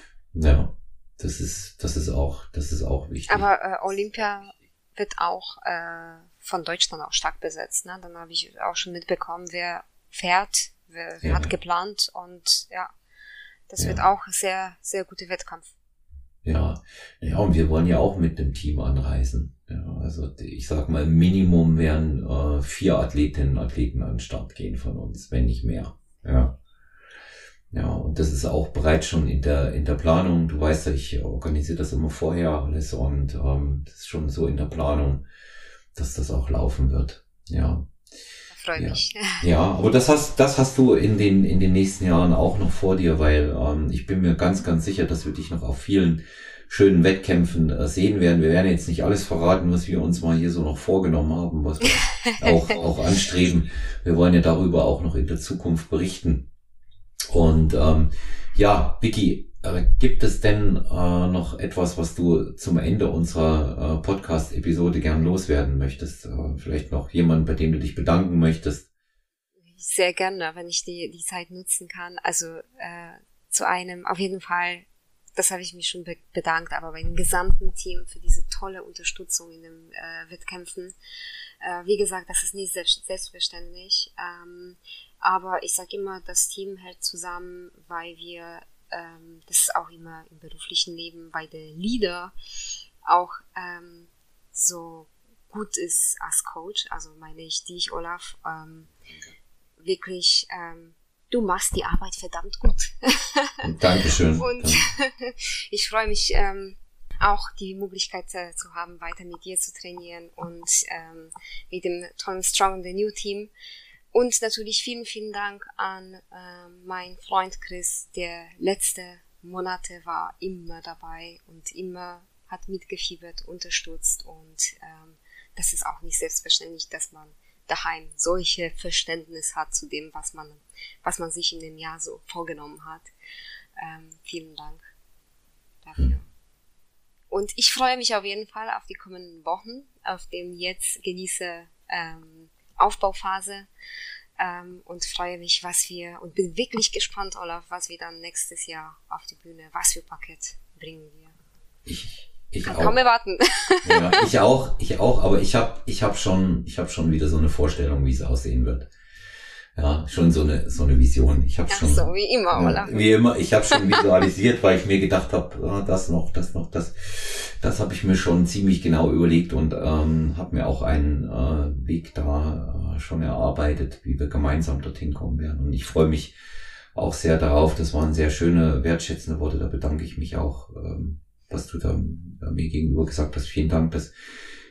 Ja, das ist, das ist auch, das ist auch wichtig. Aber äh, Olympia wird auch äh, von Deutschland auch stark besetzt. Ne? Dann habe ich auch schon mitbekommen, wer fährt, wer, wer Ja. hat geplant und ja, das Ja. wird auch sehr, sehr guter Wettkampf. Ja, ja, und wir wollen ja auch mit dem Team anreisen. Ja, also ich sag mal, Minimum werden äh, vier Athletinnen und Athleten an den Start gehen von uns, wenn nicht mehr. Ja. Ja, und das ist auch bereits schon in der in der Planung. Du weißt ja, ich organisiere das immer vorher alles und ähm, das ist schon so in der Planung, dass das auch laufen wird. Ja, Da freue Ja. mich. ja, aber das hast das hast du in den in den nächsten Jahren auch noch vor dir, weil ähm, ich bin mir ganz ganz sicher, dass wir dich noch auf vielen schönen Wettkämpfen äh, sehen werden. Wir werden jetzt nicht alles verraten, was wir uns mal hier so noch vorgenommen haben, was wir auch auch anstreben. Wir wollen ja darüber auch noch in der Zukunft berichten. Und ähm, ja, Vicky, äh, gibt es denn äh, noch etwas, was du zum Ende unserer äh, Podcast-Episode gern loswerden möchtest? Äh, vielleicht noch jemand, bei dem du dich bedanken möchtest? Sehr gerne, wenn ich die, die Zeit nutzen kann. Also äh, zu einem, auf jeden Fall, das habe ich mich schon be- bedankt, aber bei dem gesamten Team für diese tolle Unterstützung in den äh, Wettkämpfen. Äh, wie gesagt, das ist nicht selbst- selbstverständlich. Ähm, aber ich sage immer, das Team hält zusammen, weil wir, ähm, das ist auch immer im beruflichen Leben, weil der Leader auch ähm, so gut ist als Coach, also meine ich dich, Olaf, ähm, wirklich, ähm, du machst die Arbeit verdammt gut. Dankeschön. Und ich freue mich ähm, auch, die Möglichkeit äh, zu haben, weiter mit dir zu trainieren und ähm, mit dem tollen Strong and the New Team. Und natürlich vielen, vielen Dank an ähm, meinen Freund Chris, der letzte Monate war immer dabei und immer hat mitgefiebert, unterstützt. Und ähm, das ist auch nicht selbstverständlich, dass man daheim solche Verständnis hat zu dem, was man, was man sich in dem Jahr so vorgenommen hat. Ähm, vielen Dank dafür. Und ich freue mich auf jeden Fall auf die kommenden Wochen, auf dem jetzt genieße ähm, Aufbauphase ähm, und freue mich, was wir, und bin wirklich gespannt, Olaf, was wir dann nächstes Jahr auf die Bühne, was für Paket bringen wir. Ich, ich Kann auch. kaum erwarten. Ja, ich auch, ich auch, aber ich habe ich hab schon, ich habe schon wieder so eine Vorstellung, wie es aussehen wird. Ja, schon so eine so eine Vision. Ich habe Ach schon so, wie immer, ja, Olaf. wie immer, ich habe schon visualisiert, weil ich mir gedacht habe, ah, das noch, das noch, das das habe ich mir schon ziemlich genau überlegt und ähm, habe mir auch einen äh, Weg da äh, schon erarbeitet, wie wir gemeinsam dorthin kommen werden. Und ich freue mich auch sehr darauf. Das waren sehr schöne, wertschätzende Worte. Da bedanke ich mich auch, ähm, was du da äh, mir gegenüber gesagt hast. Vielen Dank. Das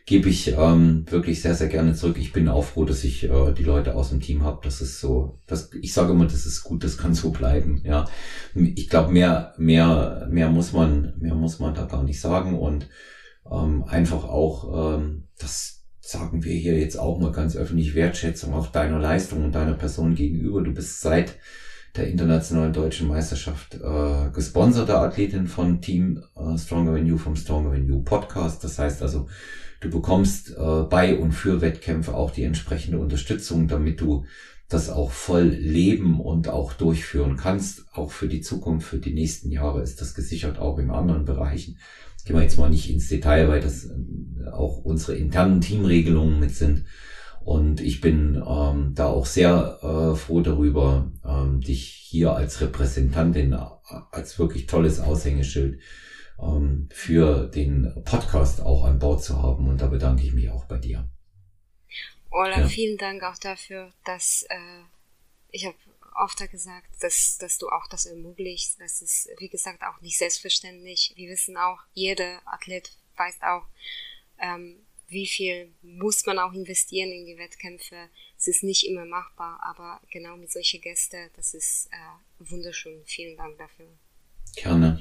gebe ich ähm, wirklich sehr, sehr gerne zurück. Ich bin auch froh, dass ich äh, die Leute aus dem Team habe. Das ist so, das, ich sage immer, das ist gut, das kann so bleiben. Ja, ich glaube, mehr, mehr, mehr muss man, mehr muss man da gar nicht sagen und ähm, einfach auch, ähm, das sagen wir hier jetzt auch mal ganz öffentlich, Wertschätzung auch deiner Leistung und deiner Person gegenüber. Du bist seit der internationalen deutschen Meisterschaft äh, gesponserte Athletin von Team äh, Stronger Than You, vom Stronger Than You Podcast. Das heißt also, du bekommst äh, bei und für Wettkämpfe auch die entsprechende Unterstützung, damit du das auch voll leben und auch durchführen kannst. Auch für die Zukunft, für die nächsten Jahre ist das gesichert, auch in anderen Bereichen. Gehen wir jetzt mal nicht ins Detail, weil das äh, auch unsere internen Teamregelungen mit sind. Und ich bin ähm, da auch sehr äh, froh darüber, ähm, dich hier als Repräsentantin, äh, als wirklich tolles Aushängeschild ähm, für den Podcast auch an Bord zu haben. Und da bedanke ich mich auch bei dir. Olaf, Ja. vielen Dank auch dafür, dass äh, ich habe oft gesagt, dass, dass du auch das ermöglichst. Das ist, wie gesagt, auch nicht selbstverständlich. Wir wissen auch, jeder Athlet weiß auch, ähm, wie viel muss man auch investieren in die Wettkämpfe. Es ist nicht immer machbar, aber genau mit solchen Gästen, das ist äh, wunderschön. Vielen Dank dafür. Gerne.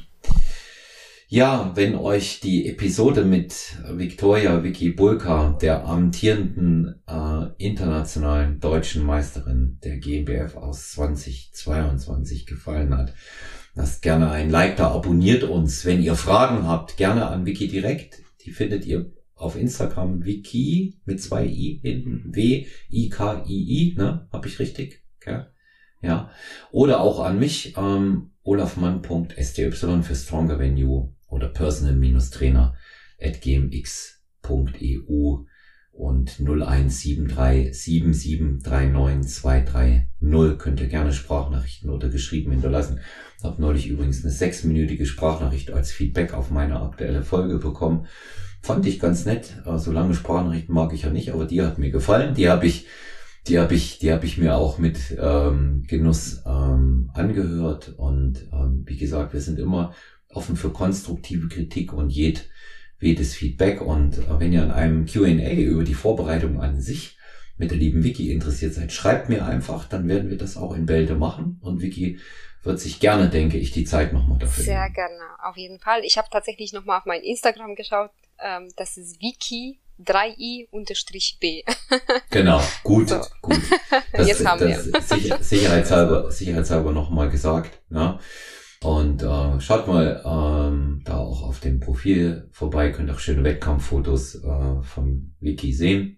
Ja, wenn euch die Episode mit Viktoria Vicky Bulka, der amtierenden äh, internationalen deutschen Meisterin der G N B F aus zweitausendzweiundzwanzig gefallen hat, lasst gerne ein Like da, abonniert uns. Wenn ihr Fragen habt, gerne an Vicky direkt. Die findet ihr auf Instagram, Vicky mit zwei i hinten, W I K I I, ne? Hab ich richtig? Ja. Ja. Oder auch an mich, ähm, olafmann punkt s t y für Stronger Than You oder personal-trainer at g m x punkt e u und null eins sieben drei sieben sieben drei neun zwei drei null könnt ihr gerne Sprachnachrichten oder geschrieben hinterlassen. Ich habe neulich übrigens eine sechsminütige Sprachnachricht als Feedback auf meine aktuelle Folge bekommen. Fand ich ganz nett. So lange Sprachnachrichten mag ich ja nicht, aber die hat mir gefallen. Die habe ich, die habe ich, die habe ich mir auch mit ähm, Genuss ähm, angehört. Und ähm, wie gesagt, wir sind immer offen für konstruktive Kritik und jed, jedes Feedback. Und äh, wenn ihr an einem Q and A über die Vorbereitung an sich mit der lieben Vicky interessiert seid, schreibt mir einfach, dann werden wir das auch in Bälde machen. Und Vicky wird sich gerne, denke ich, die Zeit nochmal dafür Sehr nehmen. gerne, auf jeden Fall. Ich habe tatsächlich nochmal auf mein Instagram geschaut. Ähm, das ist Vicky drei i unterstrich b. Genau, gut, so. gut. Das, Jetzt haben das wir. Sicher, sicherheitshalber, sicherheitshalber nochmal gesagt. Ja. Und äh, schaut mal ähm, da auch auf dem Profil vorbei, könnt auch schöne Wettkampffotos äh, von Vicky sehen.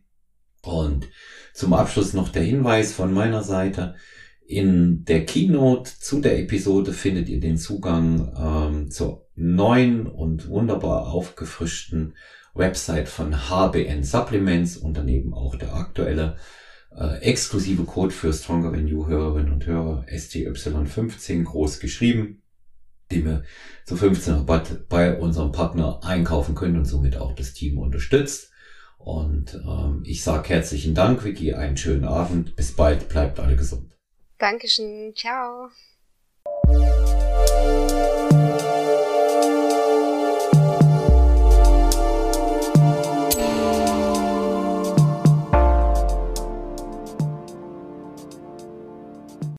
Und zum Abschluss noch der Hinweis von meiner Seite. In der Keynote zu der Episode findet ihr den Zugang ähm, zur neuen und wunderbar aufgefrischten Website von H B N Supplements und daneben auch der aktuelle äh, exklusive Code für Stronger Than You Hörerinnen und Hörer S T Y fünfzehn groß geschrieben, den wir zu fünfzehn Rabatt bei unserem Partner einkaufen können und somit auch das Team unterstützt. Und ähm, ich sage herzlichen Dank, Vicky, einen schönen Abend, bis bald, bleibt alle gesund. Dankeschön, ciao.